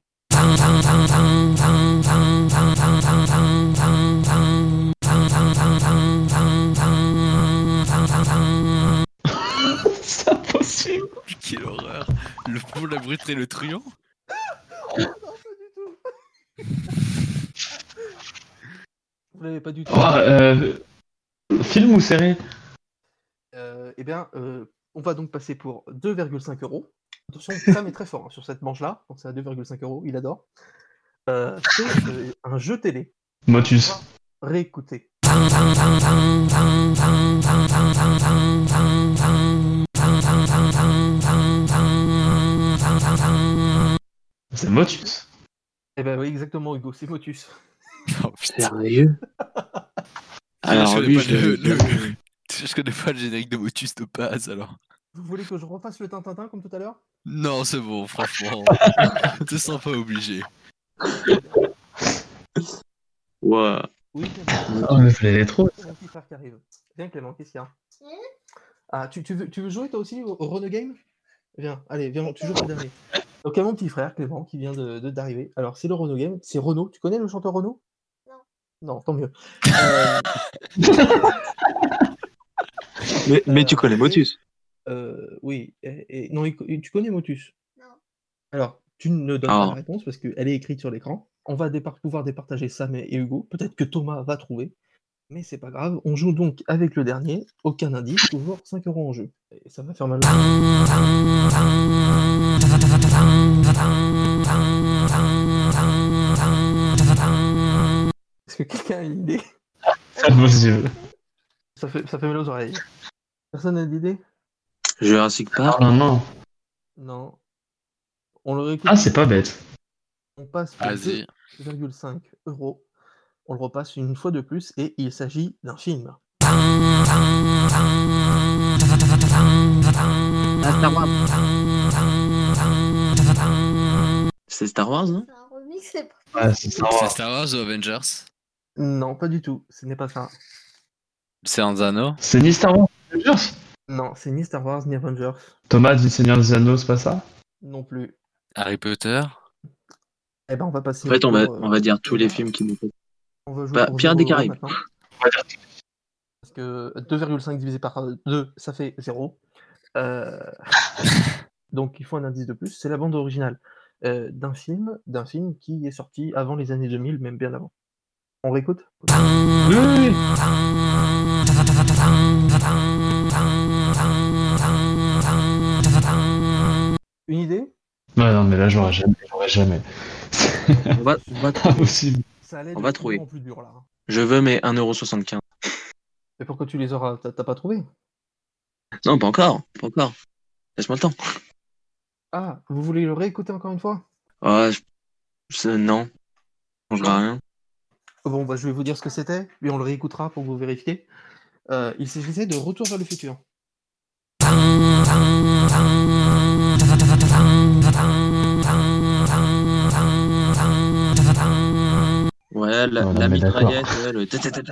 C'est impossible. Quelle horreur. Le fou, la brute et le truand. Non, pas du tout. Vous l'avez pas du tout. Film ou série? Eh bien, on va donc passer pour 2,5 €. Attention, Sam est très fort hein, sur cette manche-là, donc c'est à 2,5 €, il adore. C'est un jeu télé. Motus. Réécoutez. C'est Motus. Eh ben oui, exactement, Hugo, c'est Motus. Oh putain. Sérieux? Alors, lui, je connais pas le générique de Motus de base alors. Vous voulez que je refasse le Tintintin comme tout à l'heure? Non, c'est bon, franchement. Te sens pas obligé. Ouais. Oui, Clément. Oh, mais fallait trop. C'est mon petit frère qui arrive. Viens, Clément, qu'est-ce qu'il y a? Ah, tu veux jouer toi aussi au Renault Game? Viens, allez, viens, tu joues le dernier. Donc, il y a mon petit frère Clément qui vient d'arriver. Alors, c'est le Renault Game. C'est Renaud. Tu connais le chanteur Renaud? Non. Non, tant mieux. Mais tu connais Motus. Oui. Non, tu connais Motus? Non. Alors, tu ne donnes pas la Ah. réponse parce qu'elle est écrite sur l'écran. On va pouvoir départager Sam et Hugo. Peut-être que Thomas va trouver, mais c'est pas grave. On joue donc avec le dernier. Aucun indice, toujours 5 € en jeu. Et ça va faire mal. Est-ce que quelqu'un a une idée? C'est impossible. Ça fait mal aux oreilles. Personne n'a d'idée? Jurassic Park. Non. Non. On le réécoute. Ah, c'est pas bête. On passe pour Vas-y. 2,5 €. On le repasse une fois de plus et il s'agit d'un film. C'est Star Wars, non? C'est un remix, c'est pas. Ouais, c'est Star C'est Wars. Star Wars ou Avengers? Non, pas du tout. Ce n'est pas ça. C'est un anneau? C'est ni Star Wars ni Avengers. Non, c'est ni Star Wars ni Avengers. Thomas dit Seigneur des Anneaux, c'est pas ça? Non plus. Harry Potter? Eh ben, on va passer. En fait, au on tour, va dire tous les films qui nous plaisent. On va jouer Bah, pour Pirates 0 des Caraïbes. maintenant. Parce que 2,5 divisé par 2, ça fait 0. Donc il faut un indice de plus. C'est la bande originale d'un film qui est sorti avant les années 2000, même bien avant. On réécoute? Oui. Une idée? Ouais, non, mais là, j'aurais jamais. On va trouver. Impossible. Ça allait On va être trouver. vraiment plus dur là. Je veux mes 1,75 €. Et pourquoi tu les auras? T'as pas trouvé? Non, pas encore. Laisse-moi le temps. Ah, vous voulez le réécouter encore une fois? Ouais, non. Ça changera rien. Bon, bah, je vais vous dire ce que c'était, puis on le réécoutera pour que vous vérifiez. Il s'agissait de Retour vers le futur. Ouais, la mais mitraillette, ouais, le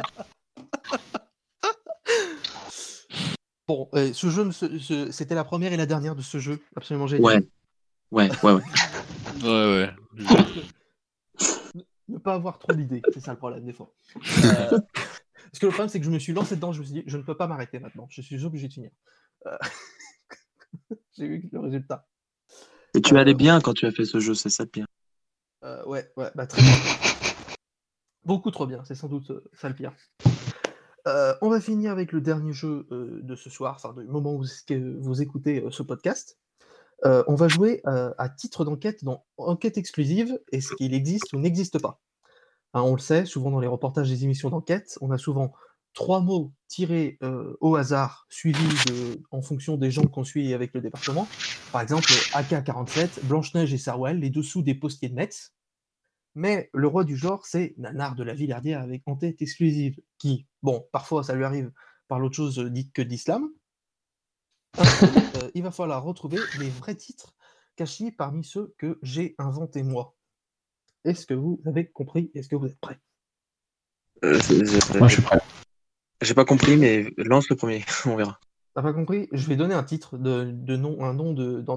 Bon, ce jeu, c'était la première et la dernière de ce jeu, absolument génial. Ouais. Ouais. Ne pas avoir trop d'idées, c'est ça le problème des fois. Parce que le problème, c'est que je me suis lancé dedans, je me suis dit, je ne peux pas m'arrêter maintenant, je suis obligé de finir. J'ai vu le résultat. Et tu allais bien quand tu as fait ce jeu, c'est ça le pire. Ouais, bah très bien. Beaucoup trop bien, c'est sans doute ça le pire. On va finir avec le dernier jeu de ce soir, enfin du moment où vous écoutez ce podcast. On va jouer à titre d'enquête dans Enquête exclusive, est-ce qu'il existe ou n'existe pas. Hein, on le sait, souvent dans les reportages des émissions d'enquête, on a souvent 3 mots tirés au hasard, suivis en fonction des gens qu'on suit avec le département. Par exemple, AK-47, Blanche-Neige et Sarwell, les dessous des postiers de Metz. Mais le roi du genre, c'est Nanar de la Villardière avec Enquête exclusive, qui, bon, parfois ça lui arrive par l'autre chose dite que d'islam. Il va falloir retrouver les vrais titres cachés parmi ceux que j'ai inventés moi. Est-ce que vous avez compris? Est-ce que vous êtes prêts? Moi, je suis prêt. J'ai pas compris, mais lance le premier, on verra. T'as pas compris? Je vais donner un titre un nom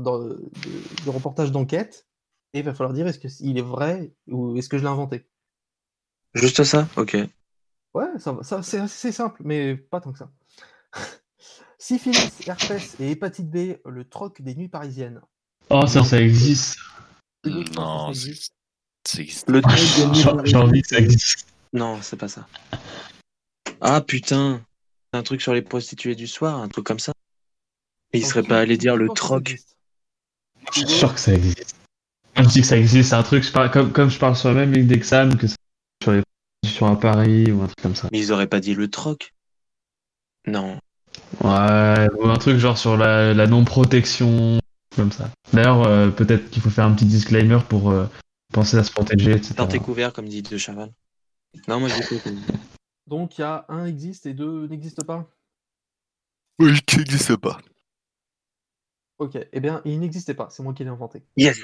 de reportage d'enquête, et il va falloir dire est-ce qu'il est vrai ou est-ce que je l'ai inventé. Juste ça? Ok. Ouais, ça c'est assez simple, mais pas tant que ça. Syphilis, herpès et hépatite B, le troc des nuits parisiennes. Oh, ça existe. Hugo, tu penses que Non, ça existe? ça existe. Le truc des nuits J'ai envie que ça existe. Non, c'est pas ça. Ah putain, un truc sur les prostituées du soir, un truc comme ça. Et il Donc, serait qui- pas allé qui dire le pense que ça troc. existe? Je suis sûr que ça existe. Moi, je dis que ça existe, c'est un truc, comme je parle sur la même ligne d'examen que sur les sur un Paris ou un truc comme ça. Mais ils auraient pas dit le troc. Non. Ouais, ou un truc genre sur la non-protection, comme ça. D'ailleurs, peut-être qu'il faut faire un petit disclaimer pour penser à se protéger, etc. Dans tes couverts, comme dit De Chaval. Non, moi j'ai pas. Donc il y a un existe et 2 n'existent pas? Oui, qui n'existe pas. Ok, eh bien il n'existait pas, c'est moi qui l'ai inventé. Yes.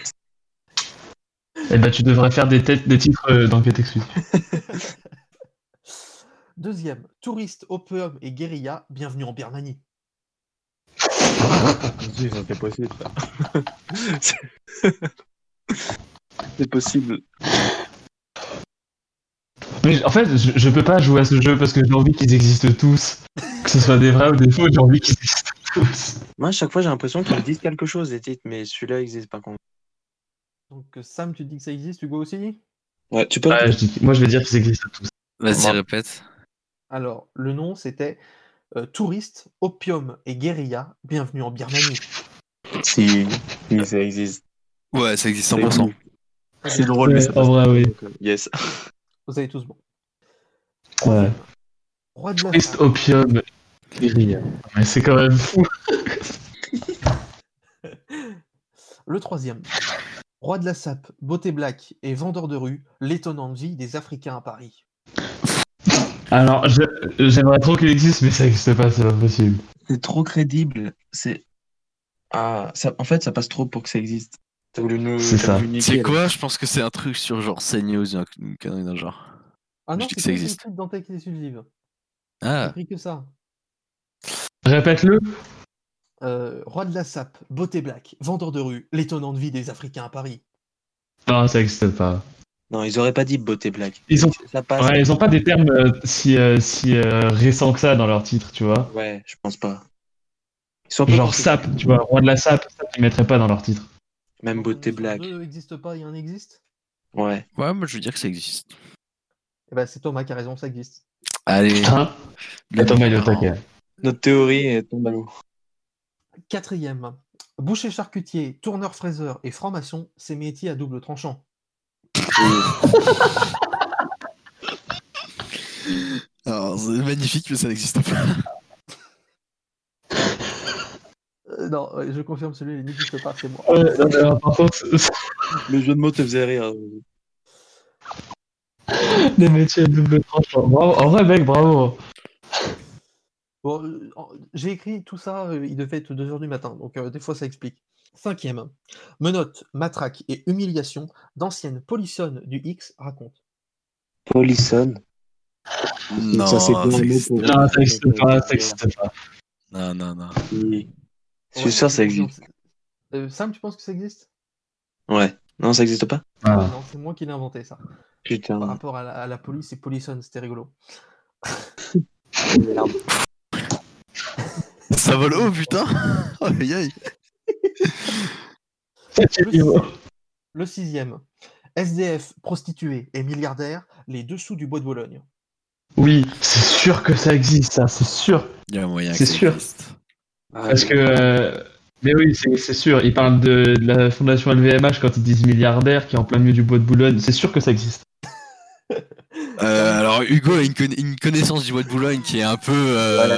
Eh ben, tu devrais faire des titres d'enquête exclusive. Deuxième, touriste, opium et guérilla, bienvenue en Birmanie. C'est possible. C'est possible. Mais en fait, je peux pas jouer à ce jeu parce que j'ai envie qu'ils existent tous. Que ce soit des vrais ou des faux, j'ai envie qu'ils existent tous. Moi, à chaque fois, j'ai l'impression qu'ils me disent quelque chose, les titres, mais celui-là existe par contre. Donc Sam, tu dis que ça existe, Hugo aussi? Ouais, tu peux. Ouais, moi, je vais dire qu'ils existent tous. Vas-y, Moi. répète. Alors, le nom, c'était Touristes, Opium et Guérilla, bienvenue en Birmanie. Si, ça existe. Ouais, ça existe 100%. C'est drôle, mais Ouais, ça en passe. vrai, oui. Donc, yes. Vous avez tous bon. Ouais. Roi de la Triste Sape. opium. Mais c'est quand même fou. Le troisième. Roi de la Sape, Beauté Black et Vendeur de rue, l'étonnante vie des Africains à Paris. Alors, j'aimerais trop qu'il existe, mais ça existe pas, c'est pas possible. C'est trop crédible. En fait, ça passe trop pour que ça existe. T'as voulu nous. C'est t'as ça. voulu niquer, C'est là. quoi? Je pense que c'est un truc sur genre CNews, une connerie d'un genre. Ah non, Je dis que c'est ça que existe. écrit dans Tech Exclusive. J'ai Ah, pris que ça. Répète-le. Roi de la Sape, Beauté Black, Vendeur de rue, l'étonnante vie des Africains à Paris. Non, ça existe pas. Non, ils auraient pas dit beauté black. Ils ont, Ça passe. ouais, ils ont pas des termes si récents que ça dans leur titre, tu vois. Ouais, je pense pas. Ils sont un peu Genre compliqués. Sap, tu vois, Roi de la Sape, ça ils mettraient pas dans leur titre. Même beauté Sur black. deux n'existe pas et un existe. Ouais. ouais, moi je veux dire que ça existe. Eh ben c'est Thomas qui a raison, ça existe. Allez, Hein le Thomas, il est au numéro taquet. Notre théorie tombe à l'eau. Quatrième. Boucher charcutier, tourneur fraiseur et franc-maçon, ces métiers à double tranchant. Alors, c'est magnifique, mais ça n'existe pas. Non, je confirme, celui-là il n'existe pas, c'est moi. Ouais, non, mais alors, par contre, Le jeu de mots te faisait rire. des métiers à double tranchant. Bravo. En vrai, mec, bravo. Bon, j'ai écrit tout ça, il devait être 2h du matin, donc des fois ça explique. Cinquième. Menottes, matraques et humiliation, d'anciennes polissonnes du X racontent. Polisson. Non, Ça, c'est ça pas un mot existe pour- Non, ça existe pas, ça existe pas. Non, non, non. Oui. Je Ouais, suis sûr que ça c'est bon, existe. Sam, tu penses que ça existe? Ouais. Non, ça existe pas? Ah. Non, c'est moi qui l'ai inventé ça. Par Putain. rapport à la police et polissonne, c'était rigolo. Merde. Ça vole haut, putain. Aïe, aïe. Le sixième. SDF, prostituée et milliardaire, les dessous du bois de Bologne. Oui, c'est sûr que ça existe, ça, c'est sûr. Il y a un moyen C'est que ça sûr. existe. Parce que. Mais oui, c'est sûr. Ils parlent de la fondation LVMH quand ils disent milliardaire qui est en plein milieu du bois de Boulogne. C'est sûr que ça existe. Alors, Hugo a une connaissance du bois de Boulogne qui est un peu.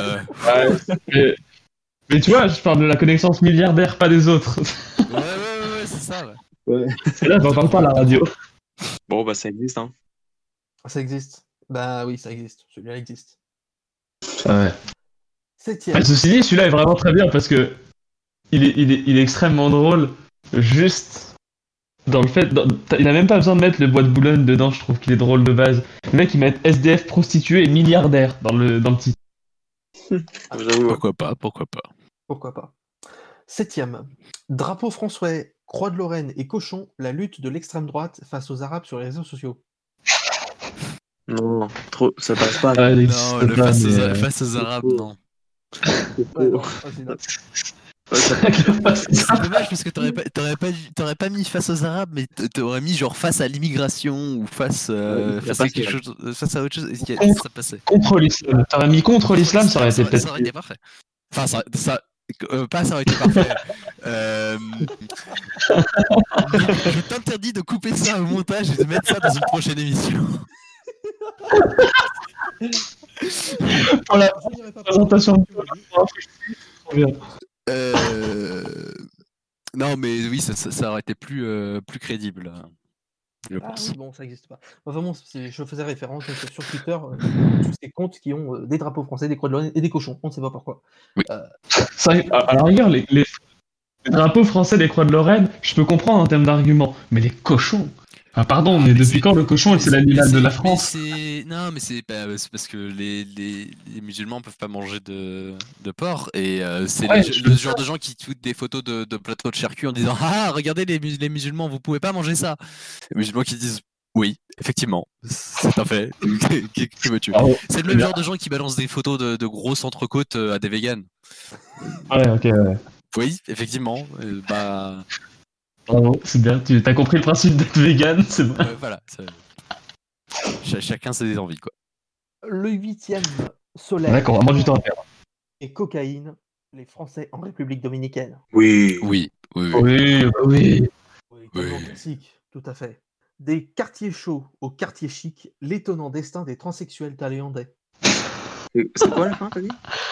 Mais tu vois, je parle de la connaissance milliardaire, pas des autres. Ouais, c'est ça, ouais. Et là, j'en parle pas à la radio. Bon, bah, ça existe, hein. Ça existe. Bah oui, ça existe. Celui-là existe. Ouais. Septième. Ah, ceci dit, celui-là est vraiment très bien parce que il est extrêmement drôle. Juste dans le fait. Il a même pas besoin de mettre le bois de Boulogne dedans, je trouve qu'il est drôle de base. Le mec, il met SDF prostitué et milliardaire dans le titre. J'avoue. Pourquoi pas, pourquoi pas. Pourquoi pas. Septième. Drapeau François, Croix de Lorraine et Cochon, la lutte de l'extrême droite face aux Arabes sur les réseaux sociaux. Non, trop, ça passe pas. Ah, il Non, existe le pas, face, mais, face aux Arabes, non. Ouais, non, ça, c'est notre- C'est dommage parce que t'aurais pas mis face aux Arabes, mais t'aurais mis genre face à l'immigration ou face, face à quelque chose, face à autre chose. Ça passait. Contre l'islam. T'aurais mis contre l'islam, ça aurait été peut-être. Ça aurait été parfait. Enfin, pas ça aurait été parfait. Je t'interdis de couper ça au montage et de mettre ça dans une prochaine émission. Pour la Je n'irai pas présentation de trop bien. Non, mais oui, ça aurait été plus crédible, je Ah pense. oui, bon, ça n'existe pas. Enfin bon, je faisais référence donc, sur Twitter, tous ces comptes qui ont des drapeaux français, des croix de Lorraine et des cochons. On ne sait pas pourquoi. Oui. Ça, à la rigueur, les drapeaux français des Croix de Lorraine, je peux comprendre en termes d'argument. Mais les cochons. Ah, pardon, mais depuis quand le cochon c'est l'animal de la France? Non, mais c'est parce que les musulmans peuvent pas manger de porc et c'est Ouais, le genre de gens qui tweetent des photos de plateaux de charcuterie en disant ah regardez les musulmans vous pouvez pas manger ça. Les musulmans qui disent Oui, effectivement, c'est un fait. Que veux-tu? Bravo. C'est le même genre de gens qui balancent des photos de grosses entrecôtes à des végans. Ouais, ok, ouais. Oui, effectivement. Bravo, c'est bien. Tu as compris le principe d'être vegan, c'est bon. Voilà. Chacun ses envies, quoi. Le 8e, soleil. D'accord, on a moins du temps à faire. Et cocaïne, les Français en République dominicaine. Oui. Oui. Oui. Oui, tellement classique, tout à fait. Des quartiers chauds aux quartiers chics, l'étonnant destin des transsexuels thaïlandais. C'est quoi la fin, t'as dit?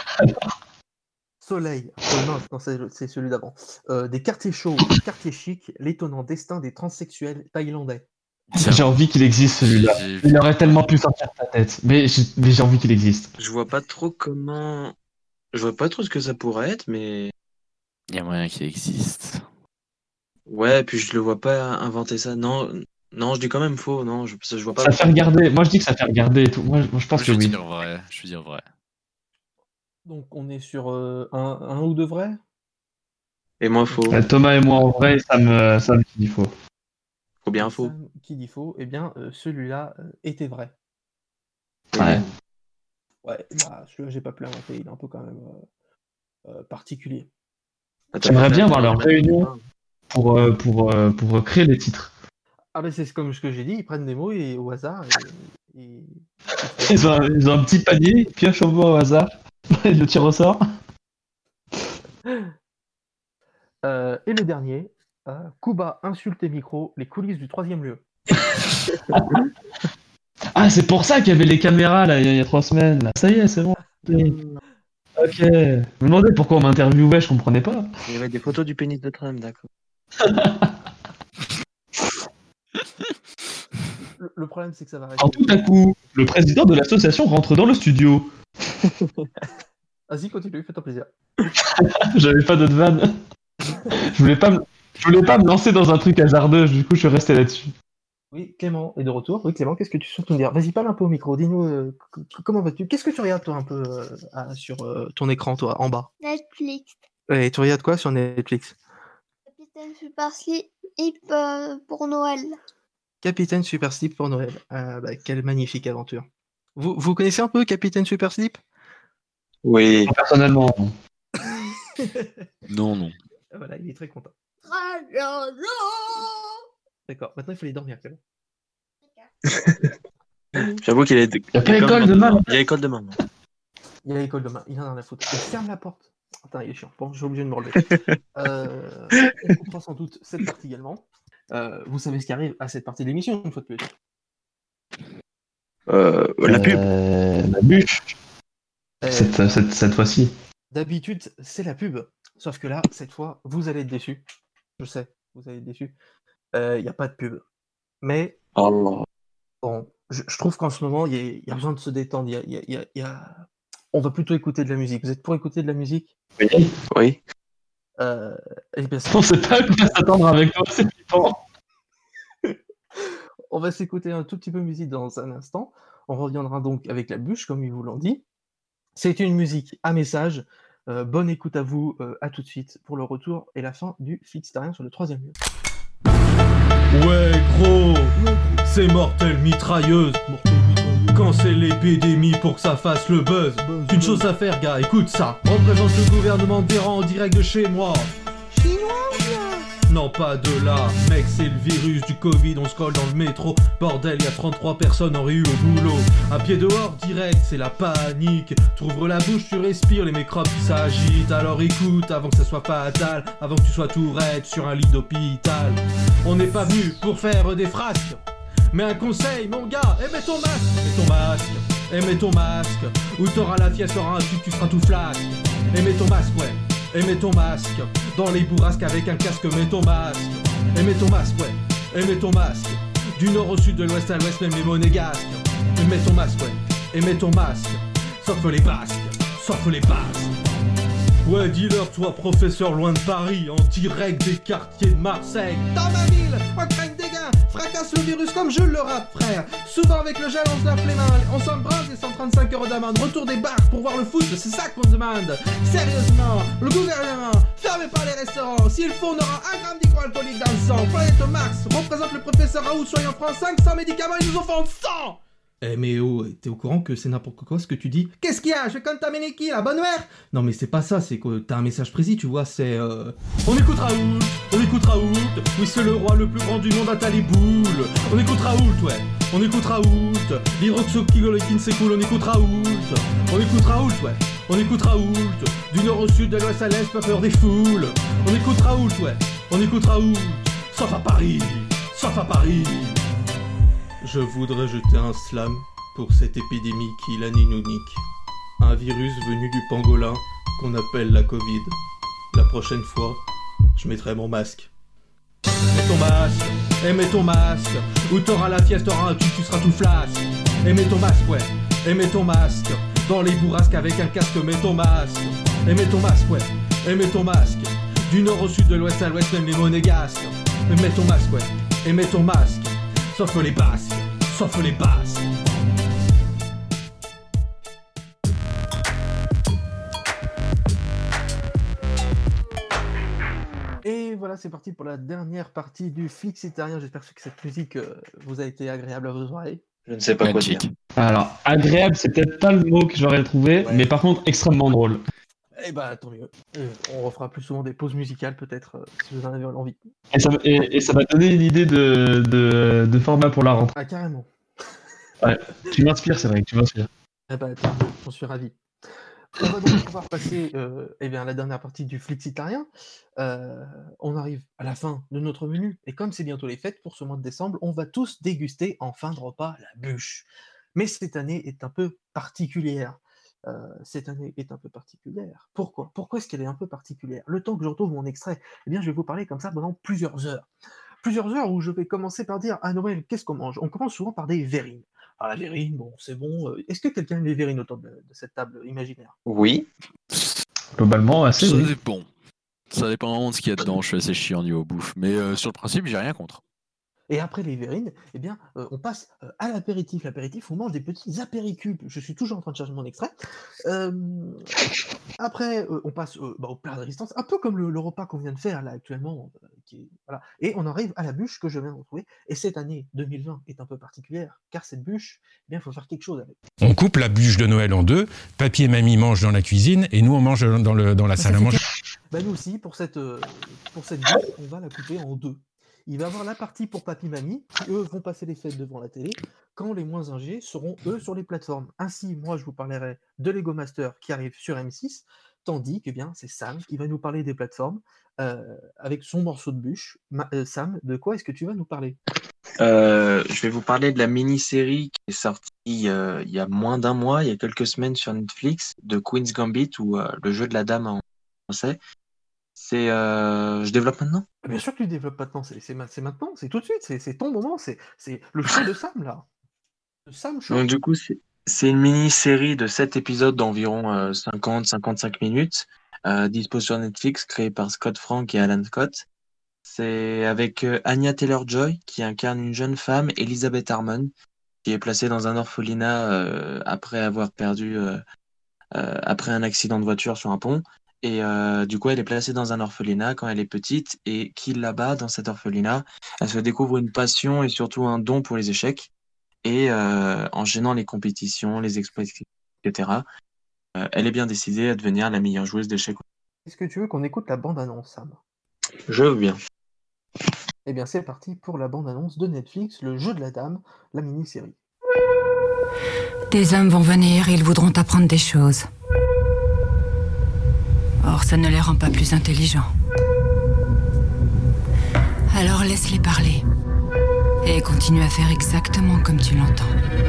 Soleil, non, c'est celui d'avant. Des quartiers chauds aux quartiers chics, l'étonnant destin des transsexuels thaïlandais. J'ai envie qu'il existe celui-là. Il aurait tellement pu sortir de ta tête, mais j'ai envie qu'il existe. Je vois pas trop ce que ça pourrait être, mais... Il y a moyen qu'il existe. Ouais, puis je le vois pas inventer ça. Non, je dis quand même faux. Non, je vois pas. Ça fait regarder. Moi, je dis que ça fait regarder et tout. Moi je pense que oui. Je veux dire vrai. Donc, on est sur un ou deux vrais? Et moi, faux. Thomas et moi, en vrai, ça me dit faux. Faut bien faux. Sam qui dit faux, eh bien, celui-là était vrai. Ouais. Ouais, bah, celui-là, j'ai pas pu l'inventer. Il est un peu quand même particulier. J'aimerais bien voir leur réunion pour créer les titres. Ah ben c'est comme ce que j'ai dit, ils prennent des mots et, au hasard et... Ils ont un petit panier, ils piochent au mot au hasard, et le tir au sort. Et le dernier, Kuba insulte et micro, les coulisses du 3e lieu. Ah, c'est pour ça qu'il y avait les caméras là, il y a 3 semaines. Là. Ça y est, c'est bon. Ok. Je me demandais pourquoi on m'interviewait, je comprenais pas. Il y avait des photos du pénis de Trump, d'accord. Le problème, c'est que ça va rester. Alors tout à coup, le président de l'association rentre dans le studio. Vas-y, continue, fais-toi plaisir. J'avais pas d'autre vanne. Je voulais pas me lancer dans un truc hasardeux, du coup je suis resté là-dessus. Oui, Clément est de retour. Oui, Clément, qu'est-ce que tu souhaites nous dire? Vas-y, parle un peu au micro, dis-nous comment vas-tu? Qu'est-ce que tu regardes toi un peu sur ton écran, toi, en bas? Netflix. Et tu regardes quoi sur Netflix? Capitaine Super Slip pour Noël. Capitaine Super Slip pour Noël. Bah, quelle magnifique aventure. Vous connaissez un peu Capitaine Super Slip? Oui. Personnellement. Non. Voilà, il est très content. D'accord, maintenant il faut aller dormir, Clément. J'avoue qu'il est. Il y a pas école demain. Il y a école demain. Il y a école demain, il en a la faute. Il ferme la porte. Attends, il est chiant. Bon, j'ai obligé de me relever. On comprend sans doute cette partie également. Vous savez ce qui arrive à cette partie de l'émission, une fois de plus. La pub. La bûche. Cette fois-ci. D'habitude, c'est la pub. Sauf que là, cette fois, vous allez être déçus. Je sais, vous allez être déçus. Il n'y a pas de pub. Mais Oh. bon, je trouve qu'en ce moment, il y a besoin de se détendre. On va plutôt écouter de la musique. Vous êtes pour écouter de la musique? Oui. Eh bien, On sait pas à quoi s'attendre avec toi, c'est flippant. on va s'écouter un tout petit peu de musique dans un instant. On reviendra donc avec la bûche, comme ils vous l'ont dit. C'est une musique à message. Bonne écoute à vous. À tout de suite pour le retour et la fin du Flixitarien sur le 3e lieu. Ouais gros, c'est mortel mitrailleuse. Quand c'est l'épidémie pour que ça fasse le buzz. Une chose à faire gars, écoute ça. Représente le gouvernement d'Iran en direct de chez moi. Non pas de là, mec c'est le virus du Covid, on scrolle dans le métro. Bordel, y a 33 personnes en rue au boulot. Un pied dehors direct, c'est la panique. T'ouvres la bouche, tu respires, les microbes qui s'agitent. Alors écoute, avant que ça soit fatal, avant que tu sois tout raide sur un lit d'hôpital. On n'est pas venu pour faire des frasques. Mais un conseil mon gars, mets ton masque, ou t'auras la fièvre, t'auras un tube, tu seras tout flasque. Mets ton masque, ouais. Et mets ton masque, dans les bourrasques avec un casque, mets ton masque. Et mets ton masque, ouais, et mets ton masque. Du nord au sud, de l'ouest à l'ouest, même les monégasques. Et mets ton masque, ouais, et mets ton masque. Sauf les basques, Ouais, dis-leur, toi, professeur loin de Paris, en direct des quartiers de Marseille. Dans ma ville, moi crains des gains, fracasse le virus comme je le rate, frère. Souvent avec le gel, on se lave les mains. On s'embrasse et 135 € d'amende. Retour des bars pour voir le foot, c'est ça qu'on demande. Sérieusement, le gouvernement, fermez pas les restaurants. S'il faut, on aura 1 gramme d'hydroalcoolique dans le sang. Planète Mars représente le professeur Raoult. Soyons francs, 500 médicaments, ils nous en font 100. Eh mais oh, t'es au courant que c'est n'importe quoi ce que tu dis? Qu'est-ce qu'il y a? Je vais contaminer qui, la bonne mère? Non mais c'est pas ça, c'est que t'as un message précis, tu vois, c'est on écoute Raoult, oui c'est le roi le plus grand du monde à Taliboul. On écoute Raoult, ouais, on écoute Raoult, l'hydroxychloroquine c'est cool, on écoute Raoult, ouais, on écoute Raoult, du nord au sud, de l'ouest à l'est, pas peur des foules. On écoute Raoult, ouais, on écoute Raoult, sauf à Paris. Je voudrais jeter un slam pour cette épidémie qui l'année unique. Un virus venu du pangolin qu'on appelle la Covid. La prochaine fois, je mettrai mon masque. Mets ton masque, ou t'auras la fièvre, t'auras un tube, tu seras tout flasque. Et mets ton masque, ouais, et mets ton masque. Dans les bourrasques avec un casque, mets ton masque. Et mets ton masque, ouais, et mets ton masque. Du nord au sud, de l'ouest à l'ouest, même les monégasques. Et mets ton masque, ouais, et mets ton masque. Sauf les basques. Et voilà, c'est parti pour la dernière partie du Flixitarien. J'espère que cette musique vous a été agréable à vos oreilles. Je ne sais pas quoi dire. Alors, agréable, c'est peut-être pas le mot que j'aurais trouvé, mais par contre, extrêmement drôle. Eh bah, tant mieux. On refera plus souvent des pauses musicales, peut-être, si vous en avez envie. Et ça m'a donné une idée de format pour la rentrée. Ah, carrément. Ouais, tu m'inspires, c'est vrai que tu m'inspires. Eh bah, j'en suis ravi. On va donc pouvoir passer à la dernière partie du Flixitarien. On arrive à la fin de notre menu, et comme c'est bientôt les fêtes, pour ce mois de décembre, on va tous déguster en fin de repas la bûche. Mais cette année est un peu particulière. Pourquoi est-ce qu'elle est un peu particulière? Le temps que je retrouve mon extrait, je vais vous parler comme ça pendant plusieurs heures. Plusieurs heures où je vais commencer par dire à Noël, qu'est-ce qu'on mange? On commence souvent par des verrines. Alors la verrine, bon, c'est bon. Est-ce que quelqu'un aime les verrines autour de cette table imaginaire? Oui. Globalement, assez. Ça Oui. dépend. Ça dépend vraiment de ce qu'il y a dedans. Je suis assez chiant niveau bouffe. Mais sur le principe, j'ai rien contre. Et après les verrines, on passe à l'apéritif. L'apéritif, on mange des petits apéricubes. Je suis toujours en train de charger mon extrait. Après, on passe au plat de résistance, un peu comme le repas qu'on vient de faire là actuellement. Voilà. Et on arrive à la bûche que je viens de retrouver. Et cette année 2020 est un peu particulière, car cette bûche, il faut faire quelque chose avec. On coupe la bûche de Noël en deux. Papy et mamie mangent dans la cuisine et nous on mange dans la salle à manger. Nous aussi, pour cette bûche, on va la couper en deux. Il va y avoir la partie pour papy-mamie, qui eux vont passer les fêtes devant la télé, quand les moins âgés seront eux sur les plateformes. Ainsi, moi je vous parlerai de Lego Master qui arrive sur M6, tandis que c'est Sam qui va nous parler des plateformes avec son morceau de bûche. Sam, de quoi est-ce que tu vas nous parler? Je vais vous parler de la mini-série qui est sortie il y a moins d'un mois, il y a quelques semaines sur Netflix, de Queen's Gambit, ou le jeu de la dame en français. Je développe maintenant? Bien sûr que tu développes maintenant, c'est maintenant, c'est tout de suite, c'est ton moment, c'est le show de Sam là. Le Sam Show. Donc du coup, c'est une mini-série de 7 épisodes d'environ 50-55 minutes, dispo sur Netflix, créée par Scott Frank et Alan Scott. C'est avec Anya Taylor-Joy qui incarne une jeune femme, Elizabeth Harmon, qui est placée dans un orphelinat après avoir perdu après un accident de voiture sur un pont. Et du coup, elle est placée dans un orphelinat quand elle est petite, et qui là-bas, dans cet orphelinat, elle se découvre une passion et surtout un don pour les échecs. Et en gênant les compétitions, les exploits, etc., elle est bien décidée à devenir la meilleure joueuse d'échecs. Est-ce que tu veux qu'on écoute la bande-annonce, Sam? Je veux bien. C'est parti pour la bande-annonce de Netflix, le jeu de la dame, la mini-série. Des hommes vont venir et ils voudront apprendre des choses. Or, ça ne les rend pas plus intelligents. Alors laisse-les parler. Et continue à faire exactement comme tu l'entends.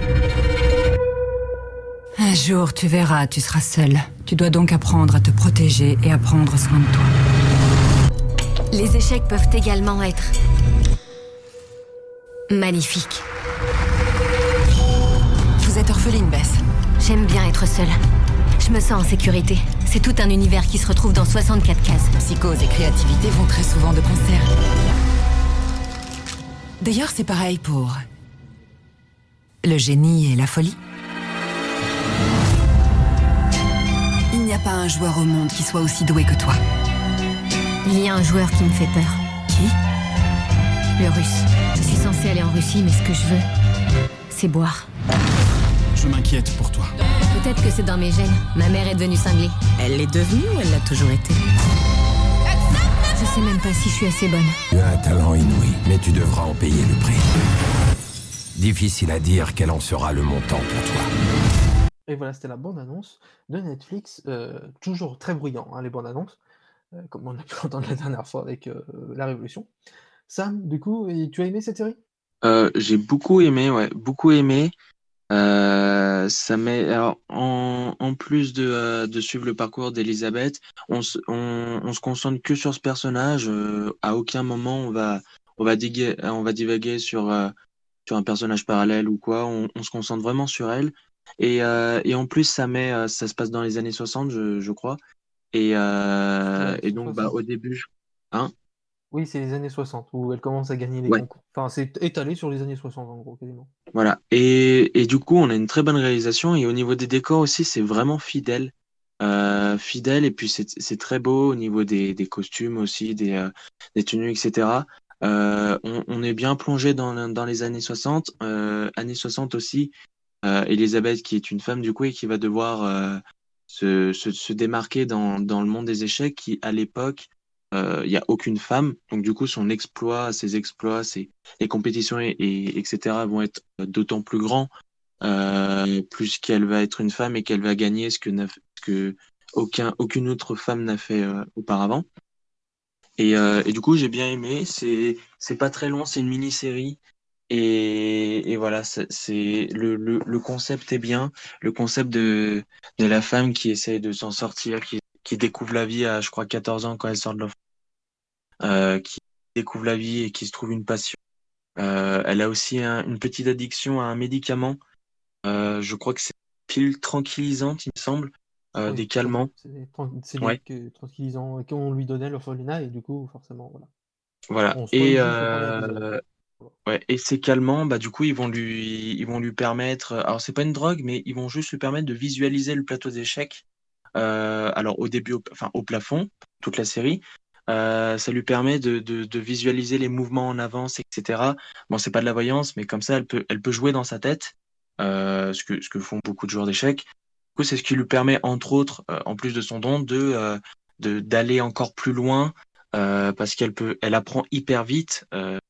Un jour, tu verras, tu seras seul. Tu dois donc apprendre à te protéger et à prendre soin de toi. Les échecs peuvent également être magnifiques. Vous êtes orpheline, Bess. J'aime bien être seule. Je me sens en sécurité. C'est tout un univers qui se retrouve dans 64 cases. Psychose et créativité vont très souvent de concert. D'ailleurs, c'est pareil pour le génie et la folie. Il n'y a pas un joueur au monde qui soit aussi doué que toi. Il y a un joueur qui me fait peur. Qui ? Le russe. Je suis censée aller en Russie, mais ce que je veux, c'est boire. Je m'inquiète pour toi. Peut-être que c'est dans mes gènes. Ma mère est devenue cinglée. Elle l'est devenue ou elle l'a toujours été ? Je sais même pas si je suis assez bonne. Tu as un talent inouï, mais tu devras en payer le prix. Difficile à dire quel en sera le montant pour toi. Et voilà, c'était la bande-annonce de Netflix, toujours très bruyant, hein, les bandes-annonces, comme on a pu l'entendre la dernière fois avec La Révolution. Sam, du coup, tu as aimé cette série? J'ai beaucoup aimé, ouais, beaucoup aimé. Ça met, alors, en plus de suivre le parcours d'Elisabeth, on se concentre que sur ce personnage. À aucun moment on va divaguer sur un personnage parallèle ou quoi. On se concentre vraiment sur elle. Et en plus, ça se passe dans les années 60, je crois. Et donc, 60. au début, hein? Oui, c'est les années 60, où elle commence à gagner les Ouais. concours. Enfin, c'est étalé sur les années 60, en gros, quasiment. Voilà. Et du coup, on a une très bonne réalisation. Et au niveau des décors aussi, c'est vraiment fidèle. Fidèle. Et puis, c'est très beau au niveau des costumes aussi, des tenues, etc. On est bien plongé dans les années 60. Années 60 aussi. Elisabeth, qui est une femme, du coup, et qui va devoir se démarquer dans le monde des échecs, qui, à l'époque, il n'y a aucune femme. Donc, du coup, ses exploits, les compétitions, etc. vont être d'autant plus grands, plus qu'elle va être une femme et qu'elle va gagner ce que aucune autre femme n'a fait auparavant. Et du coup, j'ai bien aimé. C'est pas très long, c'est une mini-série. Et voilà, c'est le concept est bien. Le concept de la femme qui essaie de s'en sortir, qui découvre la vie à, je crois, 14 ans quand elle sort de l'enfant, qui découvre la vie et qui se trouve une passion. Elle a aussi une petite addiction à un médicament. Je crois que c'est une pilule tranquillisante, il me semble, Oui, des tout à fait. calmants. C'est Ouais. des tranquillisants qu'on lui donnait, l'orphelinat, et du coup, forcément, voilà. Voilà. On spoil juste le premier épisode. Ouais, et ces calmants, du coup, ils vont lui permettre. Alors, c'est pas une drogue, mais ils vont juste lui permettre de visualiser le plateau d'échecs. Alors, au début, au plafond, toute la série. Ça lui permet de visualiser les mouvements en avance, etc. Bon, c'est pas de la voyance, mais comme ça, elle peut jouer dans sa tête, ce que font beaucoup de joueurs d'échecs. Du coup, c'est ce qui lui permet, entre autres, en plus de son don, d'aller encore plus loin, parce elle apprend hyper vite.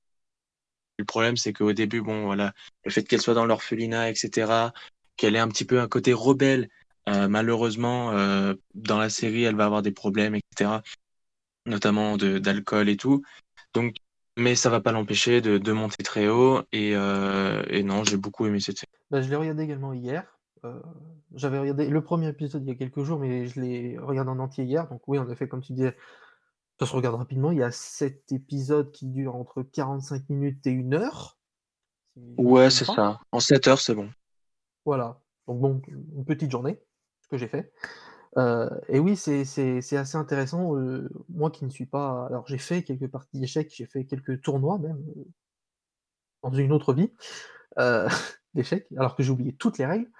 Le problème, c'est qu'au début, bon, voilà, le fait qu'elle soit dans l'orphelinat, etc., qu'elle ait un petit peu un côté rebelle, malheureusement, dans la série, elle va avoir des problèmes, etc., notamment d'alcool et tout. Donc, mais ça va pas l'empêcher de monter très haut. Et non, j'ai beaucoup aimé cette série. Je l'ai regardé également hier. J'avais regardé le premier épisode il y a quelques jours, mais je l'ai regardé en entier hier. Donc oui, en effet, comme tu disais, ça se regarde rapidement. Il y a 7 épisodes qui durent entre 45 minutes et 1 heure. si je me Ouais, trompe c'est pas. ça. En 7 heures, c'est bon. Voilà. Donc bon, une petite journée, ce que j'ai fait. Et oui, c'est assez intéressant. Moi qui ne suis pas... Alors j'ai fait quelques parties d'échecs, j'ai fait quelques tournois même, dans une autre vie, d'échecs, alors que j'ai oublié toutes les règles.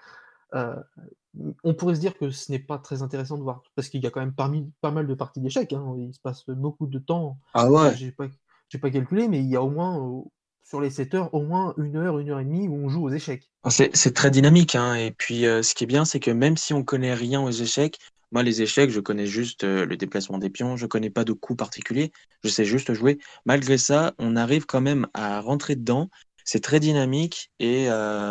On pourrait se dire que ce n'est pas très intéressant de voir, parce qu'il y a quand même pas mal de parties d'échecs, hein, il se passe beaucoup de temps. Ah ouais. J'ai pas calculé, mais il y a au moins, sur les 7 heures, au moins 1 heure, 1 heure et demie où on joue aux échecs. C'est très dynamique, hein. Et puis, ce qui est bien, c'est que même si on connaît rien aux échecs, moi, les échecs, je connais juste le déplacement des pions, je connais pas de coups particuliers, je sais juste jouer. Malgré ça, on arrive quand même à rentrer dedans. C'est très dynamique et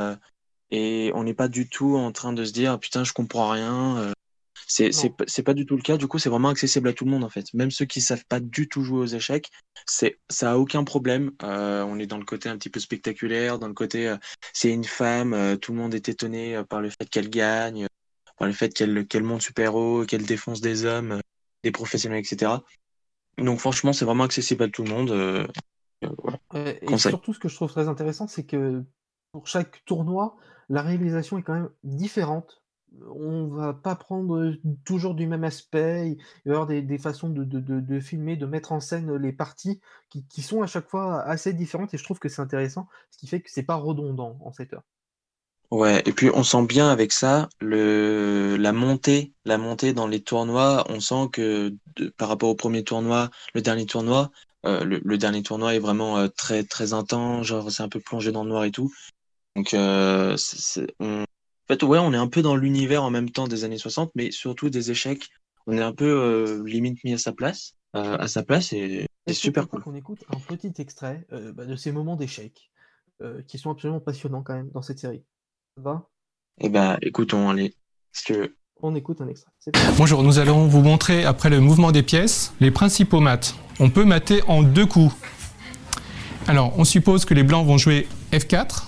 on n'est pas du tout en train de se dire putain, je comprends rien. C'est pas du tout le cas. Du coup, c'est vraiment accessible à tout le monde en fait. Même ceux qui savent pas du tout jouer aux échecs, ça a aucun problème. On est dans le côté un petit peu spectaculaire, dans le côté c'est une femme, tout le monde est étonné par le fait qu'elle gagne, par le fait qu'elle monte super haut, qu'elle défonce des hommes, des professionnels, etc. Donc franchement, c'est vraiment accessible à tout le monde. Voilà. Et Conseil. surtout, ce que je trouve très intéressant, c'est que pour chaque tournoi, la réalisation est quand même différente. on va pas prendre toujours du même aspect. Il va y avoir des façons de filmer, de mettre en scène les parties qui sont à chaque fois assez différentes et je trouve que c'est intéressant, ce qui fait que c'est pas redondant en 7 heures. Ouais, et puis on sent bien avec ça la montée dans les tournois. On sent que par rapport au premier tournoi, le dernier tournoi, le dernier tournoi est vraiment très très intense. Genre c'est un peu plongé dans le noir et tout. Donc en fait ouais, on est un peu dans l'univers en même temps des années 60, mais surtout des échecs. On est un peu limite mis à sa place et c'est super cool. Qu'on écoute un petit extrait de ces moments d'échecs qui sont absolument passionnants quand même dans cette série. Ça va ? Eh ben, écoutons, allez. Parce que... On écoute un extrait. Bonjour, nous allons vous montrer, après le mouvement des pièces, les principaux mates. On peut mater en 2 coups. Alors, on suppose que les blancs vont jouer F4.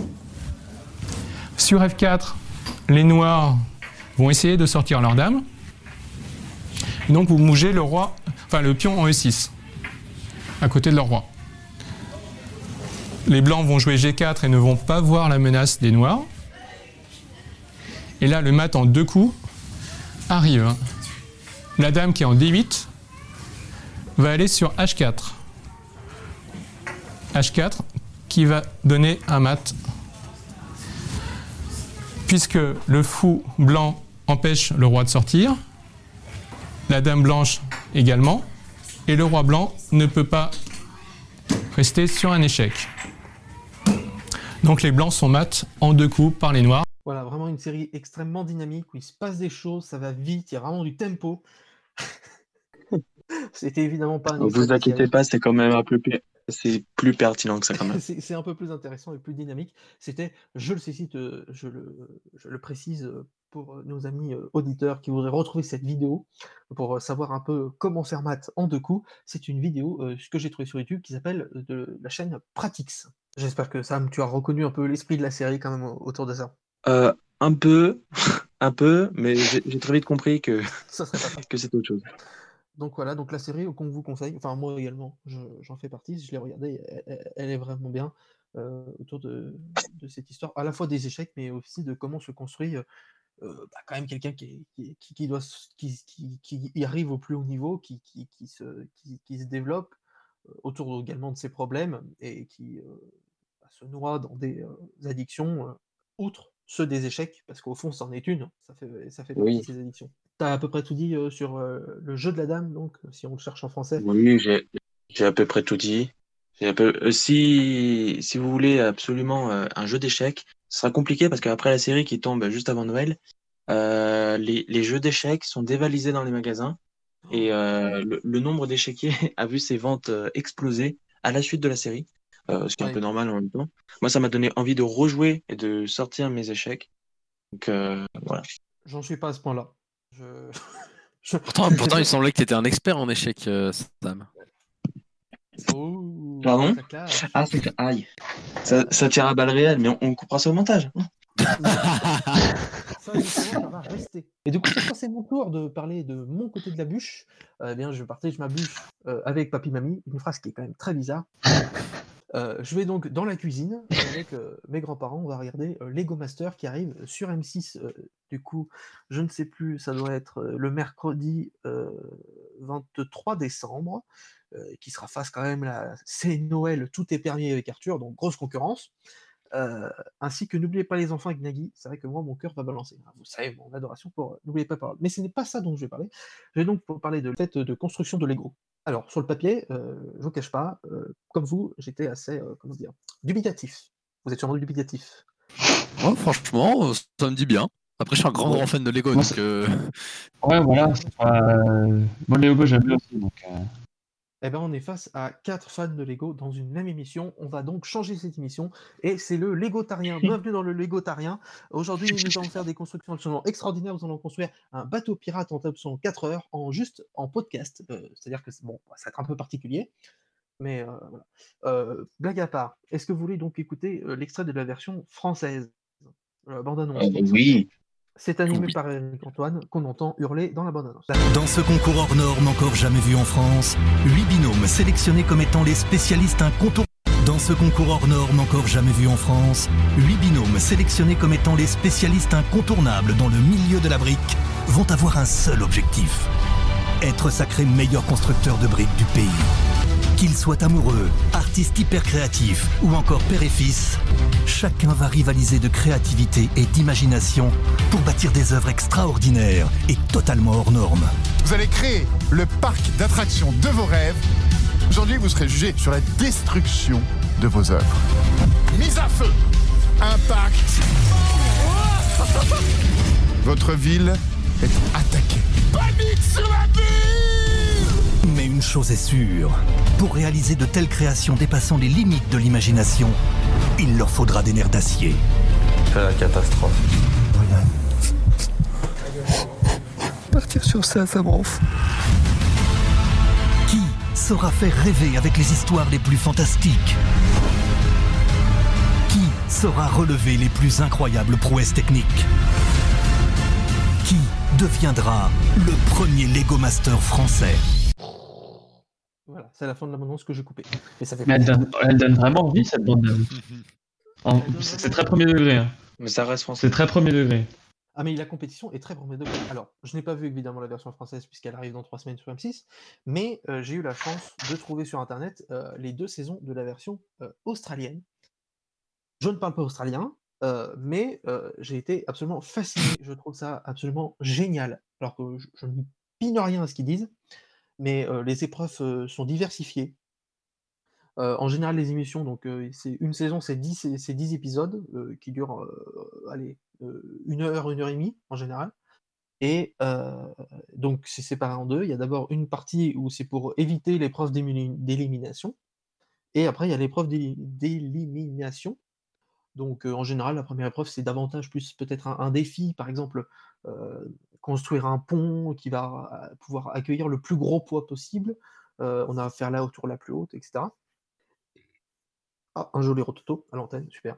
Sur F4, les noirs vont essayer de sortir leur dame. Et donc, vous bougez le pion en E6, à côté de leur roi. Les blancs vont jouer G4 et ne vont pas voir la menace des noirs. Et là, le mat en 2 coups arrive. La dame qui est en D8 va aller sur H4. H4 qui va donner un mat. Puisque le fou blanc empêche le roi de sortir, la dame blanche également, et le roi blanc ne peut pas rester sur un échec. Donc les blancs sont mat en 2 coups par les noirs. Voilà, vraiment une série extrêmement dynamique où il se passe des choses, ça va vite, il y a vraiment du tempo. C'était évidemment pas un Ne vous inquiétez pas, c'est quand même c'est plus pertinent que ça quand même. C'est un peu plus intéressant et plus dynamique. C'était, je le précise pour nos amis auditeurs qui voudraient retrouver cette vidéo pour savoir un peu comment faire maths en 2 coups. C'est une vidéo que j'ai trouvée sur YouTube qui s'appelle de la chaîne Pratix. J'espère que Sam, tu as reconnu un peu l'esprit de la série quand même autour de ça. Un peu, mais j'ai très vite compris que c'était autre chose. Donc voilà, donc la série qu'on vous conseille, enfin moi également, j'en fais partie, je l'ai regardée, elle est vraiment bien autour de cette histoire, à la fois des échecs, mais aussi de comment se construit quand même quelqu'un qui arrive au plus haut niveau, qui se développe autour également de ses problèmes et qui se noie dans des addictions outre ceux des échecs, parce qu'au fond, c'en est une, ça fait partie de ces addictions. Tu as à peu près tout dit sur le jeu de la dame, donc, si on le cherche en français. Oui, j'ai à peu près tout dit. Si vous voulez absolument un jeu d'échecs, ce sera compliqué, parce qu'après la série qui tombe juste avant Noël, les jeux d'échecs sont dévalisés dans les magasins, et le nombre d'échiquiers a vu ses ventes exploser à la suite de la série. Ce qui est un peu normal en même temps. Moi, ça m'a donné envie de rejouer et de sortir mes échecs. Donc, voilà. J'en suis pas à ce point-là. Pourtant, il semblait que tu étais un expert en échecs, Sam. Oh, pardon ? Ah, c'est... Aïe. Ça tire à balles réelles, mais on coupera ça au montage. Ça, justement, ça va rester. Et du coup, cette fois, c'est mon tour de parler de mon côté de la bûche. Je partage ma bûche avec Papy Mamie, une phrase qui est quand même très bizarre. Je vais donc dans la cuisine avec mes grands-parents, on va regarder Lego Master qui arrive sur M6, du coup, je ne sais plus, ça doit être le mercredi 23 décembre, qui sera face quand même, c'est Noël, tout est permis avec Arthur, donc grosse concurrence, ainsi que N'oubliez pas les enfants avec Nagui, c'est vrai que moi mon cœur va balancer, vous savez, mon adoration pour N'oubliez pas les paroles, mais ce n'est pas ça dont je vais parler, je vais donc parler de fait de construction de Lego. Alors, sur le papier, je ne vous cache pas, comme vous, j'étais assez, dubitatif. Vous êtes sûrement dubitatif. Oh, franchement, ça me dit bien. Après, je suis un grand fan de Lego, donc... Ouais, voilà. Moi, Lego, j'aime bien aussi, donc... Eh ben, on est face à 4 fans de Lego dans une même émission. On va donc changer cette émission. Et c'est le Légotarien. Bienvenue dans le Légotarien. Aujourd'hui, nous allons faire des constructions absolument extraordinaires. Nous allons construire un bateau pirate en absolument 4 heures, juste en podcast. C'est-à-dire que ça va être un peu particulier. Mais voilà. Blague à part, est-ce que vous voulez donc écouter l'extrait de la version française, la bande-annonce? Oui. C'est animé par Eric Antoine, qu'on entend hurler dans la bande-annonce. Dans ce concours hors norme encore jamais vu en France, 8 binômes sélectionnés comme étant les spécialistes incontournables. Dans ce concours hors norme encore jamais vu en France, 8 binômes sélectionnés comme étant les spécialistes incontournables dans le milieu de la brique vont avoir un seul objectif. Être sacré meilleur constructeur de briques du pays. Qu'ils soient amoureux, artistes hyper créatifs ou encore père et fils, chacun va rivaliser de créativité et d'imagination pour bâtir des œuvres extraordinaires et totalement hors normes. Vous allez créer le parc d'attractions de vos rêves. Aujourd'hui, vous serez jugé sur la destruction de vos œuvres. Mise à feu, impact. Votre ville est attaquée. Panique sur la ville! Mais une chose est sûre, pour réaliser de telles créations dépassant les limites de l'imagination, il leur faudra des nerfs d'acier. C'est la catastrophe. Partir sur ça me rend fou. Qui saura faire rêver avec les histoires les plus fantastiques? Qui saura relever les plus incroyables prouesses techniques? Qui deviendra le premier Lego Master français? Voilà, c'est la fin de l'abondance que j'ai coupée. Et ça fait Mais elle donne vraiment envie, cette bande. C'est très premier degré. Hein. Mais ça reste français. C'est très premier degré. Ah, mais la compétition est très premier degré. Alors, je n'ai pas vu évidemment la version française puisqu'elle arrive dans 3 semaines sur M6, mais j'ai eu la chance de trouver sur internet les 2 saisons de la version australienne. Je ne parle pas australien, mais j'ai été absolument fasciné. Je trouve ça absolument génial. Alors que je ne pine rien à ce qu'ils disent, mais les épreuves sont diversifiées. En général, les émissions, donc c'est une saison, c'est 10 épisodes qui durent, allez, 1 heure, 1 heure et demie en général. Et donc c'est séparé en 2. Il y a d'abord une partie où c'est pour éviter l'épreuve d'élimination. Et après, il y a l'épreuve d'élimination. Donc en général, la première épreuve, c'est davantage plus peut-être un défi, par exemple, construire un pont qui va pouvoir accueillir le plus gros poids possible. On a à faire la hauteur la plus haute, etc. Ah, un joli rototo à l'antenne, super.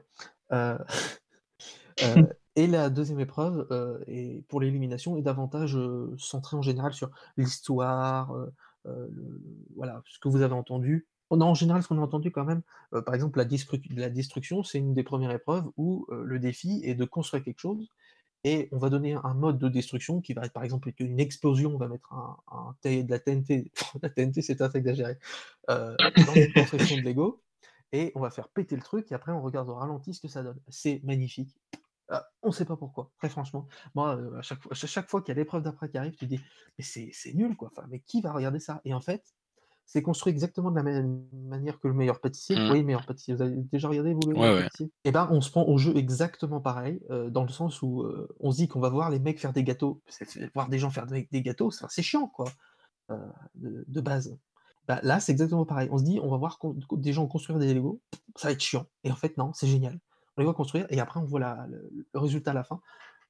Et la deuxième épreuve, pour l'élimination, est davantage centrée en général sur l'histoire, voilà, ce que vous avez entendu. Non, en général, ce qu'on a entendu quand même, par exemple, la destruction, c'est une des premières épreuves où le défi est de construire quelque chose, et on va donner un mode de destruction qui va être, par exemple, une explosion, on va mettre de la TNT, la TNT c'est assez exagéré, dans une construction de Lego, et on va faire péter le truc, et après on regarde au ralenti ce que ça donne. C'est magnifique. On ne sait pas pourquoi, très franchement. Moi, à chaque fois qu'il y a l'épreuve d'après qui arrive, tu te dis, mais c'est nul, quoi. Enfin, mais qui va regarder ça? Et en fait, c'est construit exactement de la même manière que le meilleur pâtissier. Oui, meilleur pâtissier. Vous avez déjà regardé, vous, le meilleur pâtissier? Et ben, on se prend au jeu exactement pareil, dans le sens où on se dit qu'on va voir les mecs faire des gâteaux. Voir des gens faire des gâteaux, c'est chiant, quoi, de base. Bah, là, c'est exactement pareil. On se dit, on va voir des gens construire des Lego, ça va être chiant. Et en fait, non, c'est génial. On les voit construire, et après, on voit le résultat à la fin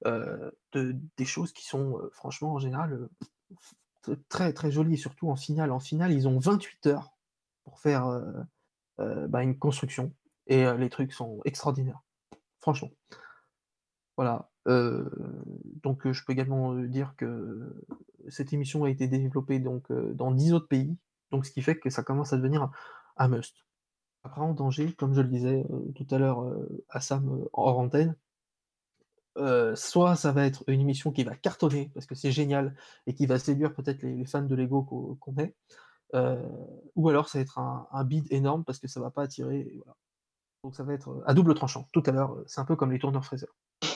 des choses qui sont, franchement, en général, très, très jolies, et surtout en finale. En finale, ils ont 28 heures pour faire une construction, et les trucs sont extraordinaires, franchement. Voilà. Donc, je peux également dire que cette émission a été développée donc, dans 10 autres pays, donc ce qui fait que ça commence à devenir un must. Après, en danger, comme je le disais tout à l'heure à Sam hors antenne, soit ça va être une émission qui va cartonner parce que c'est génial et qui va séduire peut-être les fans de Lego qu'on est, ou alors ça va être un bid énorme parce que ça va pas attirer. Et voilà. Donc ça va être à double tranchant. Tout à l'heure, c'est un peu comme les tourneurs Fraser.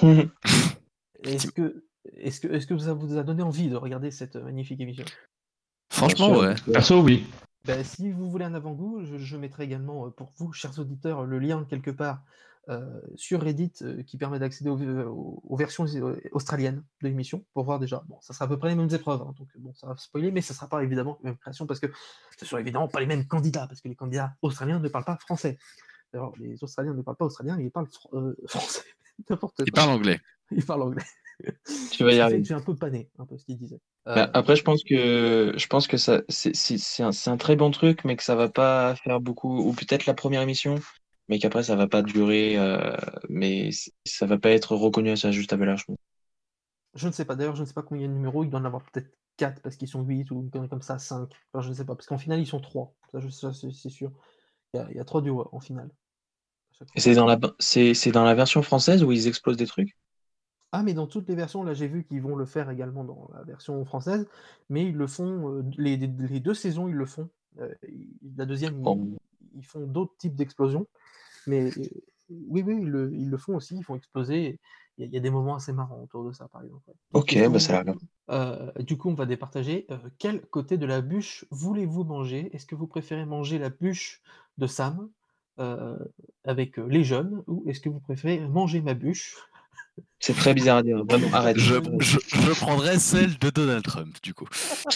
Est-ce que ça vous a donné envie de regarder cette magnifique émission? Franchement, ouais. Perso, oui. Ben, si vous voulez un avant-goût, je mettrai également pour vous, chers auditeurs, le lien quelque part sur Reddit qui permet d'accéder aux versions australiennes de l'émission pour voir déjà. Bon, ça sera à peu près les mêmes épreuves, hein, donc bon, ça va spoiler, mais ça sera pas évidemment la même création parce que ce sont évidemment pas les mêmes candidats parce que les candidats australiens ne parlent pas français. Alors, les Australiens ne parlent pas australien, ils parlent français. N'importe quoi. Ils parlent anglais. Ils parlent anglais. Tu vas y arriver. J'ai un peu pané, un peu ce qu'il disait. Après, je pense que ça, c'est un très bon truc, mais que ça va pas faire beaucoup, ou peut-être la première émission, mais qu'après ça va pas durer, mais ça va pas être reconnu à sa juste valeur, je pense. Je ne sais pas, d'ailleurs, je ne sais pas combien de numéros, il doit en avoir peut-être 4 parce qu'ils sont 8 ou comme ça, 5. Enfin, je ne sais pas, parce qu'en finale ils sont 3, ça c'est sûr. Il y a 3 duos en finale. Et c'est dans la version française où ils explosent des trucs? Ah, mais dans toutes les versions, là, j'ai vu qu'ils vont le faire également dans la version française, mais ils le font, les 2 saisons, ils le font. La deuxième, ils font d'autres types d'explosions, mais oui, ils le font aussi, ils font exploser. Il y a des moments assez marrants autour de ça, par exemple. Ouais. Ok, Du bah ça a coup, l'air. du coup, on va départager. Quel côté de la bûche voulez-vous manger? Est-ce que vous préférez manger la bûche de Sam avec les jeunes, ou est-ce que vous préférez manger ma bûche? C'est très bizarre à dire, vraiment, arrête. Je prendrais celle de Donald Trump, du coup.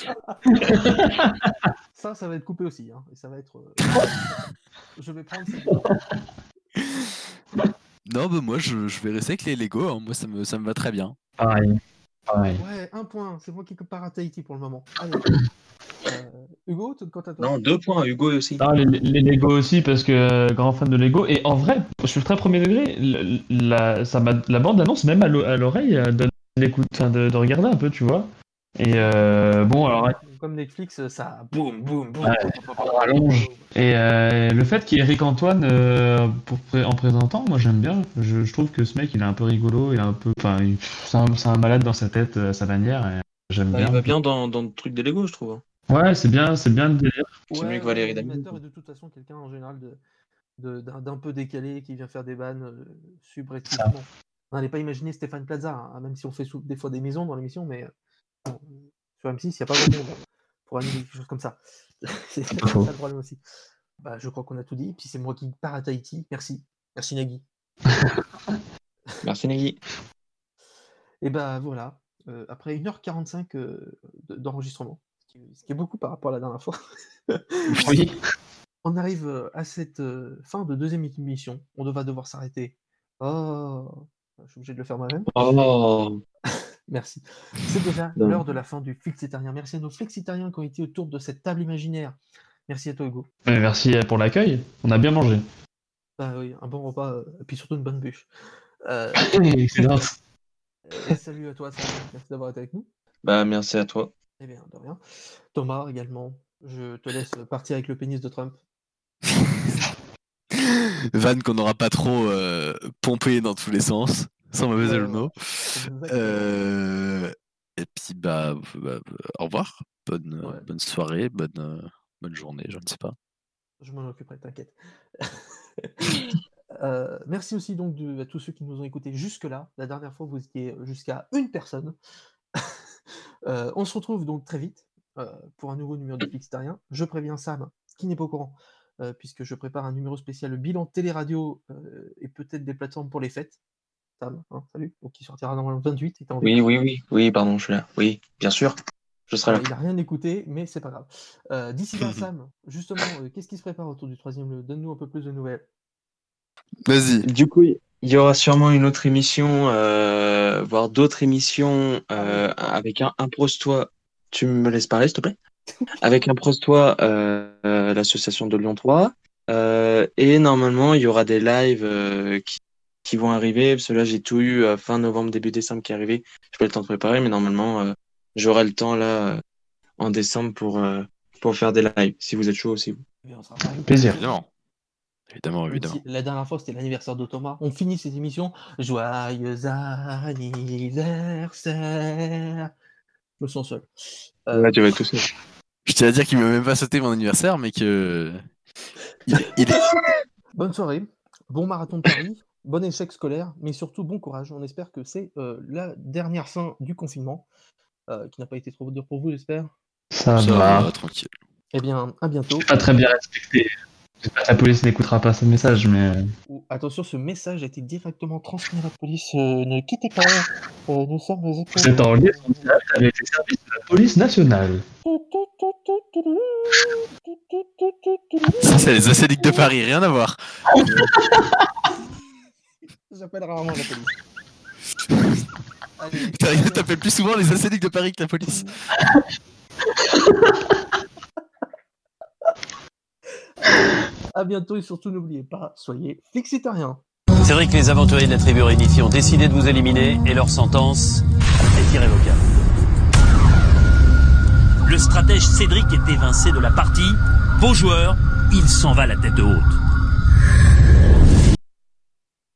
Ça va être coupé aussi, hein, et ça va être. Je vais prendre celle Non, bah moi je vais rester avec les Lego, hein. Moi ça me va très bien. Pareil. Ouais, 1 point, c'est moi qui compare à Tahiti pour le moment. Allez. Hugo, quant à toi? Non, 2 points, Hugo aussi. Ah, les Lego aussi, parce que grand fan de Lego. Et en vrai, je suis très premier degré. La bande annonce même à l'oreille donne l'écoute, de regarder un peu, tu vois. Et bon, alors. Comme Netflix, ça boum, boum, boum. Ouais, on rallonge. Et le fait qu'il y ait Eric Antoine en présentant, moi j'aime bien. Je trouve que ce mec, il est un peu rigolo, il est un peu. Enfin, c'est un malade dans sa tête, à sa manière. Et j'aime bien. Il va bien dans le truc des Lego, je trouve. Ouais, c'est bien le délire. C'est mieux que Valérie Damido. L'animateur est de toute façon quelqu'un en général d'un peu décalé qui vient faire des vannes subrepticement. On n'allait pas imaginer Stéphane Plaza, hein, même si on fait des fois des maisons dans l'émission, mais bon, sur M6, il n'y a pas grand monde pour animer quelque chose comme ça. C'est ça le problème aussi. Bah, je crois qu'on a tout dit. Puis c'est moi qui pars à Tahiti. Merci. Merci Nagui. Merci Nagui. Et bah voilà. Après 1h45 d'enregistrement, ce qui est beaucoup par rapport à la dernière fois. Oui. On arrive à cette fin de deuxième émission. On va devoir s'arrêter. Oh, je suis obligé de le faire moi-même. Oh. Merci. C'est déjà l'heure de la fin du Flexitarien. Merci à nos Flexitariens qui ont été autour de cette table imaginaire. Merci à toi, Hugo. Merci pour l'accueil. On a bien mangé. Bah oui, un bon repas, et puis surtout une bonne bûche. Excellent. Et salut à toi, Sam. Merci d'avoir été avec nous. Bah, merci à toi. Eh bien, de rien. Thomas, également, je te laisse partir avec le pénis de Trump. Vanne qu'on n'aura pas trop pompé dans tous les sens, sans mauvais jeu de mots. Et puis, au revoir. Bonne soirée, bonne journée, je ne sais pas. Je m'en occuperai, t'inquiète. Merci aussi donc à tous ceux qui nous ont écoutés jusque-là. La dernière fois, vous étiez jusqu'à 1 personne. On se retrouve donc très vite pour un nouveau numéro de Flexitarien. Je préviens Sam, qui n'est pas au courant, puisque je prépare un numéro spécial bilan télé-radio et peut-être des plateformes pour les fêtes. Sam, hein, salut, donc qui sortira normalement le 28. Oui, pardon, je suis là. Oui, bien sûr, je serai là. Il n'a rien écouté, mais c'est pas grave. D'ici là, Sam, justement, qu'est-ce qui se prépare autour du 3e? Donne-nous un peu plus de nouvelles. Vas-y. Du coup, il y aura sûrement une autre émission, voire d'autres émissions avec un Impose-toi. Tu me laisses parler, s'il te plaît? Avec Impose-toi, l'association de Lyon 3. Et normalement, il y aura des lives qui vont arriver. Parce que là, j'ai tout eu fin novembre, début décembre qui est arrivé. Je pas le temps de préparer, mais normalement, j'aurai le temps là en décembre pour faire des lives. Si vous êtes chaud aussi. Plaisir. Évidemment. La dernière fois, c'était l'anniversaire de Thomas. On finit cette émission. Joyeux anniversaire. Je me sens seul. Ouais, tu vas être tout seul. Je tiens à dire qu'il ne m'a même pas sauté mon anniversaire, mais que. Il est... Bonne soirée. Bon marathon de Paris. Bon échec scolaire. Mais surtout, bon courage. On espère que c'est la dernière fin du confinement. Qui n'a pas été trop dur pour vous, j'espère. Ça va. Tranquille. Eh bien, à bientôt. Pas très bien respecté. J'espère que la police n'écoutera pas ce message, mais... Attention, ce message a été directement transmis à la police. Ne quittez pas. Nous sommes les écoles. Vous êtes en liaison directe avec les services de la police nationale. Ça, c'est les acédiques de Paris, rien à voir. J'appelle rarement la police. T'appelles plus souvent les acédiques de Paris que la police. À bientôt et surtout n'oubliez pas, soyez flexitariens. C'est vrai que les aventuriers de la tribu réunifiée ont décidé de vous éliminer et leur sentence est irrévocable. Le stratège Cédric est évincé de la partie. Vos joueurs il s'en va la tête haute.